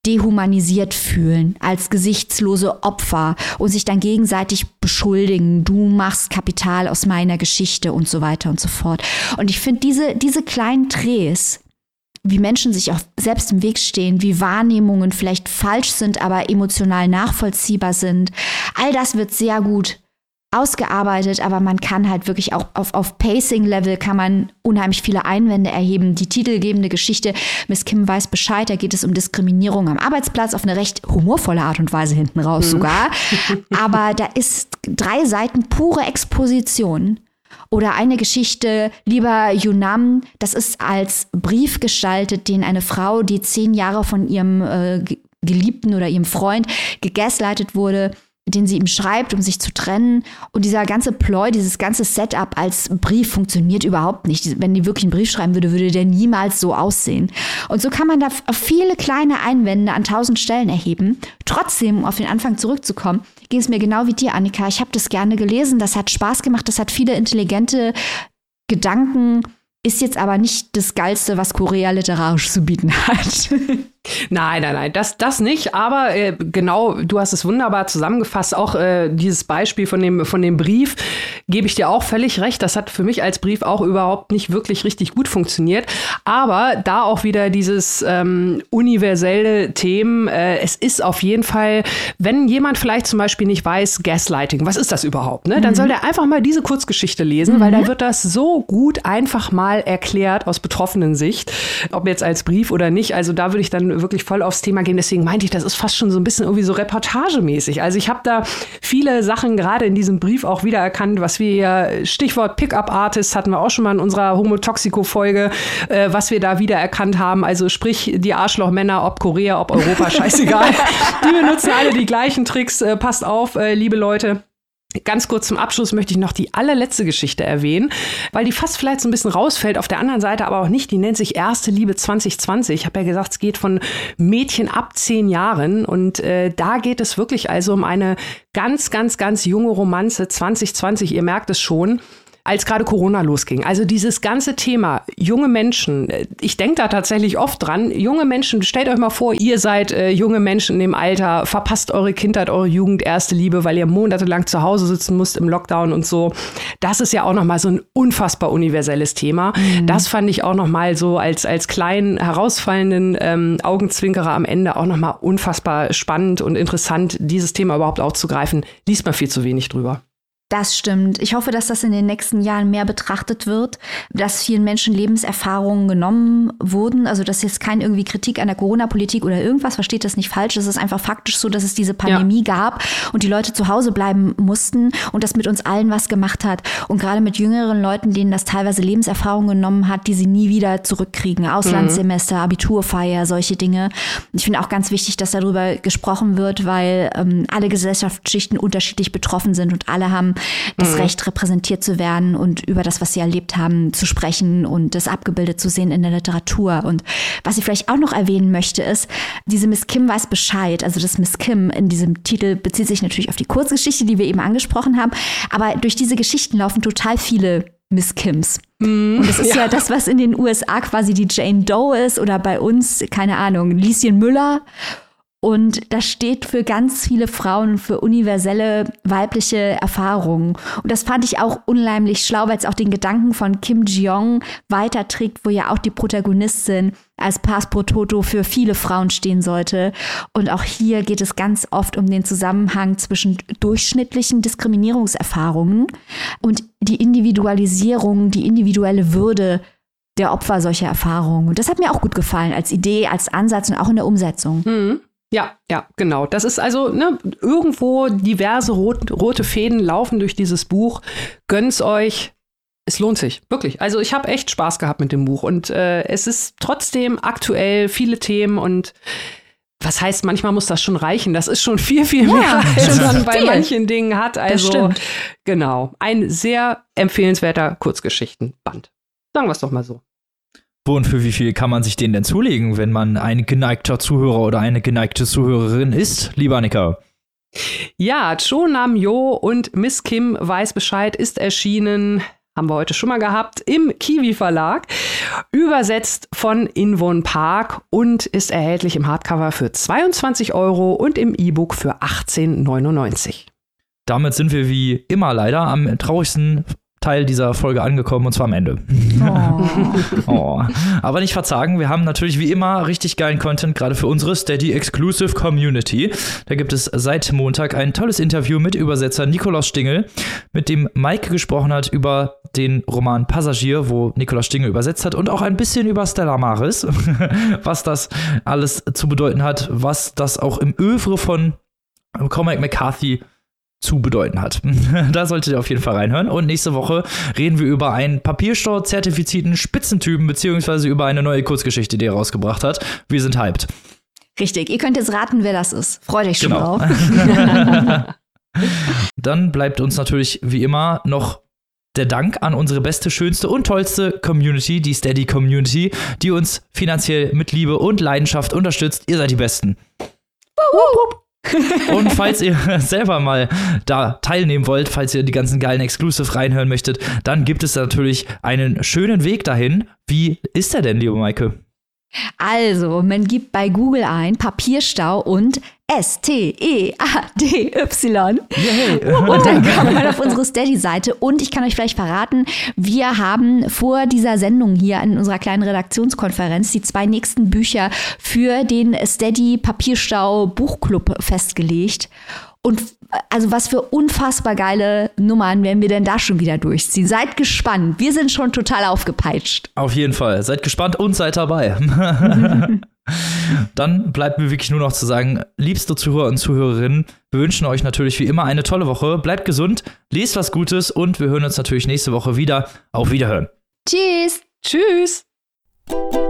dehumanisiert fühlen, als gesichtslose Opfer und sich dann gegenseitig beschuldigen, du machst Kapital aus meiner Geschichte und so weiter und so fort. Und ich finde, diese, diese kleinen Drehs, wie Menschen sich auch selbst im Weg stehen, wie Wahrnehmungen vielleicht falsch sind, aber emotional nachvollziehbar sind, all das wird sehr gut ausgearbeitet, aber man kann halt wirklich auch auf, auf Pacing-Level kann man unheimlich viele Einwände erheben. Die titelgebende Geschichte Miss Kim weiß Bescheid, da geht es um Diskriminierung am Arbeitsplatz auf eine recht humorvolle Art und Weise hinten raus mhm. sogar. Aber da ist drei Seiten pure Exposition. Oder eine Geschichte, lieber Yunam, das ist als Brief gestaltet, den eine Frau, die zehn Jahre von ihrem äh, Geliebten oder ihrem Freund gegaslightet wurde, den sie ihm schreibt, um sich zu trennen. Und dieser ganze Ploy, dieses ganze Setup als Brief funktioniert überhaupt nicht. Wenn die wirklich einen Brief schreiben würde, würde der niemals so aussehen. Und so kann man da viele kleine Einwände an tausend Stellen erheben. Trotzdem, um auf den Anfang zurückzukommen, ging es mir genau wie dir, Annika. Ich habe das gerne gelesen, das hat Spaß gemacht, das hat viele intelligente Gedanken, ist jetzt aber nicht das Geilste, was Korea literarisch zu bieten hat. Nein, nein, nein, das, das nicht. Aber äh, genau, du hast es wunderbar zusammengefasst. Auch äh, dieses Beispiel von dem, von dem Brief gebe ich dir auch völlig recht. Das hat für mich als Brief auch überhaupt nicht wirklich richtig gut funktioniert. Aber da auch wieder dieses ähm, universelle Themen. Äh, es ist auf jeden Fall, wenn jemand vielleicht zum Beispiel nicht weiß, Gaslighting, was ist das überhaupt? Ne? Dann mhm. soll der einfach mal diese Kurzgeschichte lesen, mhm. weil da wird das so gut einfach mal erklärt aus betroffenen Sicht. Ob jetzt als Brief oder nicht. Also da würde ich dann wirklich voll aufs Thema gehen. Deswegen meinte ich, das ist fast schon so ein bisschen irgendwie so reportagemäßig. Also ich habe da viele Sachen gerade in diesem Brief auch wiedererkannt, was wir hier, Stichwort Pickup-Artist hatten wir auch schon mal in unserer Homotoxico-Folge, äh, was wir da wiedererkannt haben. Also sprich, die Arschlochmänner, ob Korea, ob Europa, scheißegal. Die benutzen alle die gleichen Tricks. Äh, passt auf, äh, liebe Leute. Ganz kurz zum Abschluss möchte ich noch die allerletzte Geschichte erwähnen, weil die fast vielleicht so ein bisschen rausfällt, auf der anderen Seite aber auch nicht. Die nennt sich Erste Liebe zwanzig zwanzig. Ich habe ja gesagt, es geht von Mädchen ab zehn Jahren und äh, da geht es wirklich also um eine ganz, ganz, ganz junge Romanze zwanzig zwanzig. Ihr merkt es schon. Als gerade Corona losging. Also dieses ganze Thema, junge Menschen, ich denke da tatsächlich oft dran, junge Menschen, stellt euch mal vor, ihr seid äh, junge Menschen in dem Alter, verpasst eure Kindheit, eure Jugend, erste Liebe, weil ihr monatelang zu Hause sitzen müsst im Lockdown und so. Das ist ja auch nochmal so ein unfassbar universelles Thema. Mhm. Das fand ich auch nochmal so als, als kleinen, herausfallenden ähm, Augenzwinkerer am Ende auch nochmal unfassbar spannend und interessant, dieses Thema überhaupt aufzugreifen. Liest man viel zu wenig drüber. Das stimmt. Ich hoffe, dass das in den nächsten Jahren mehr betrachtet wird, dass vielen Menschen Lebenserfahrungen genommen wurden. Also das ist jetzt kein irgendwie Kritik an der Corona-Politik oder irgendwas, versteht das nicht falsch. Es ist einfach faktisch so, dass es diese Pandemie ja. gab und die Leute zu Hause bleiben mussten und das mit uns allen was gemacht hat. Und gerade mit jüngeren Leuten, denen das teilweise Lebenserfahrungen genommen hat, die sie nie wieder zurückkriegen. Auslandssemester, mhm. Abiturfeier, solche Dinge. Ich finde auch ganz wichtig, dass darüber gesprochen wird, weil ähm, alle Gesellschaftsschichten unterschiedlich betroffen sind und alle haben das mhm. Recht, repräsentiert zu werden und über das, was sie erlebt haben, zu sprechen und das abgebildet zu sehen in der Literatur. Und was ich vielleicht auch noch erwähnen möchte, ist, diese Miss Kim weiß Bescheid. Also das Miss Kim in diesem Titel bezieht sich natürlich auf die Kurzgeschichte, die wir eben angesprochen haben. Aber durch diese Geschichten laufen total viele Miss Kims. Mm, und das ist ja. ja das, was in den U S A quasi die Jane Doe ist oder bei uns, keine Ahnung, Lieschen Müller. Und das steht für ganz viele Frauen, für universelle weibliche Erfahrungen. Und das fand ich auch unheimlich schlau, weil es auch den Gedanken von Kim Ji-young weiterträgt, wo ja auch die Protagonistin als Pass pro Toto für viele Frauen stehen sollte. Und auch hier geht es ganz oft um den Zusammenhang zwischen durchschnittlichen Diskriminierungserfahrungen und die Individualisierung, die individuelle Würde der Opfer solcher Erfahrungen. Und das hat mir auch gut gefallen als Idee, als Ansatz und auch in der Umsetzung. Mhm. Ja, ja, genau. Das ist also ne, irgendwo diverse rot, rote Fäden laufen durch dieses Buch. Gönnt's euch. Es lohnt sich, wirklich. Also ich habe echt Spaß gehabt mit dem Buch. Und äh, es ist trotzdem aktuell viele Themen und was heißt, manchmal muss das schon reichen. Das ist schon viel, viel mehr, ja, als man bei viel. manchen Dingen hat. Also genau, ein sehr empfehlenswerter Kurzgeschichtenband. Sagen wir es doch mal so. Wo und für wie viel kann man sich den denn zulegen, wenn man ein geneigter Zuhörer oder eine geneigte Zuhörerin ist, liebe Annika? Ja, Cho Nam-yo und Miss Kim weiß Bescheid ist erschienen haben wir heute schon mal gehabt, im Kiwi Verlag, übersetzt von Invon Park und ist erhältlich im Hardcover für zweiundzwanzig Euro und im E-Book für achtzehn neunundneunzig. Damit sind wir wie immer leider am traurigsten Teil dieser Folge angekommen, und zwar am Ende. Oh. Oh. Aber nicht verzagen, wir haben natürlich wie immer richtig geilen Content, gerade für unsere Steady Exclusive Community. Da gibt es seit Montag ein tolles Interview mit Übersetzer Nikolaus Stingel, mit dem Mike gesprochen hat über den Roman Passagier, wo Nikolaus Stingel übersetzt hat, und auch ein bisschen über Stella Maris, was das alles zu bedeuten hat, was das auch im Övre von Cormac McCarthy zu bedeuten hat. Da solltet ihr auf jeden Fall reinhören. Und nächste Woche reden wir über einen Papierstau-zertifizierten Spitzentypen, beziehungsweise über eine neue Kurzgeschichte, die er rausgebracht hat. Wir sind hyped. Richtig, ihr könnt jetzt raten, wer das ist. Freut euch schon Genau. drauf. Dann bleibt uns natürlich wie immer noch der Dank an unsere beste, schönste und tollste Community, die Steady Community, die uns finanziell mit Liebe und Leidenschaft unterstützt. Ihr seid die Besten. Und falls ihr selber mal da teilnehmen wollt, falls ihr die ganzen geilen Exclusive reinhören möchtet, dann gibt es natürlich einen schönen Weg dahin. Wie ist der denn, liebe Maike? Also, man gibt bei Google ein Papierstau und S T E A D Y. Yay. Und dann kommt man auf unsere Steady-Seite. Und ich kann euch vielleicht verraten, wir haben vor dieser Sendung hier in unserer kleinen Redaktionskonferenz die zwei nächsten Bücher für den Steady Papierstau Buchclub festgelegt. Und also was für unfassbar geile Nummern werden wir denn da schon wieder durchziehen. Seid gespannt. Wir sind schon total aufgepeitscht. Auf jeden Fall. Seid gespannt und seid dabei. Dann bleibt mir wirklich nur noch zu sagen, liebste Zuhörer und Zuhörerinnen, wir wünschen euch natürlich wie immer eine tolle Woche. Bleibt gesund, lest was Gutes und wir hören uns natürlich nächste Woche wieder. Auf Wiederhören. Tschüss. Tschüss.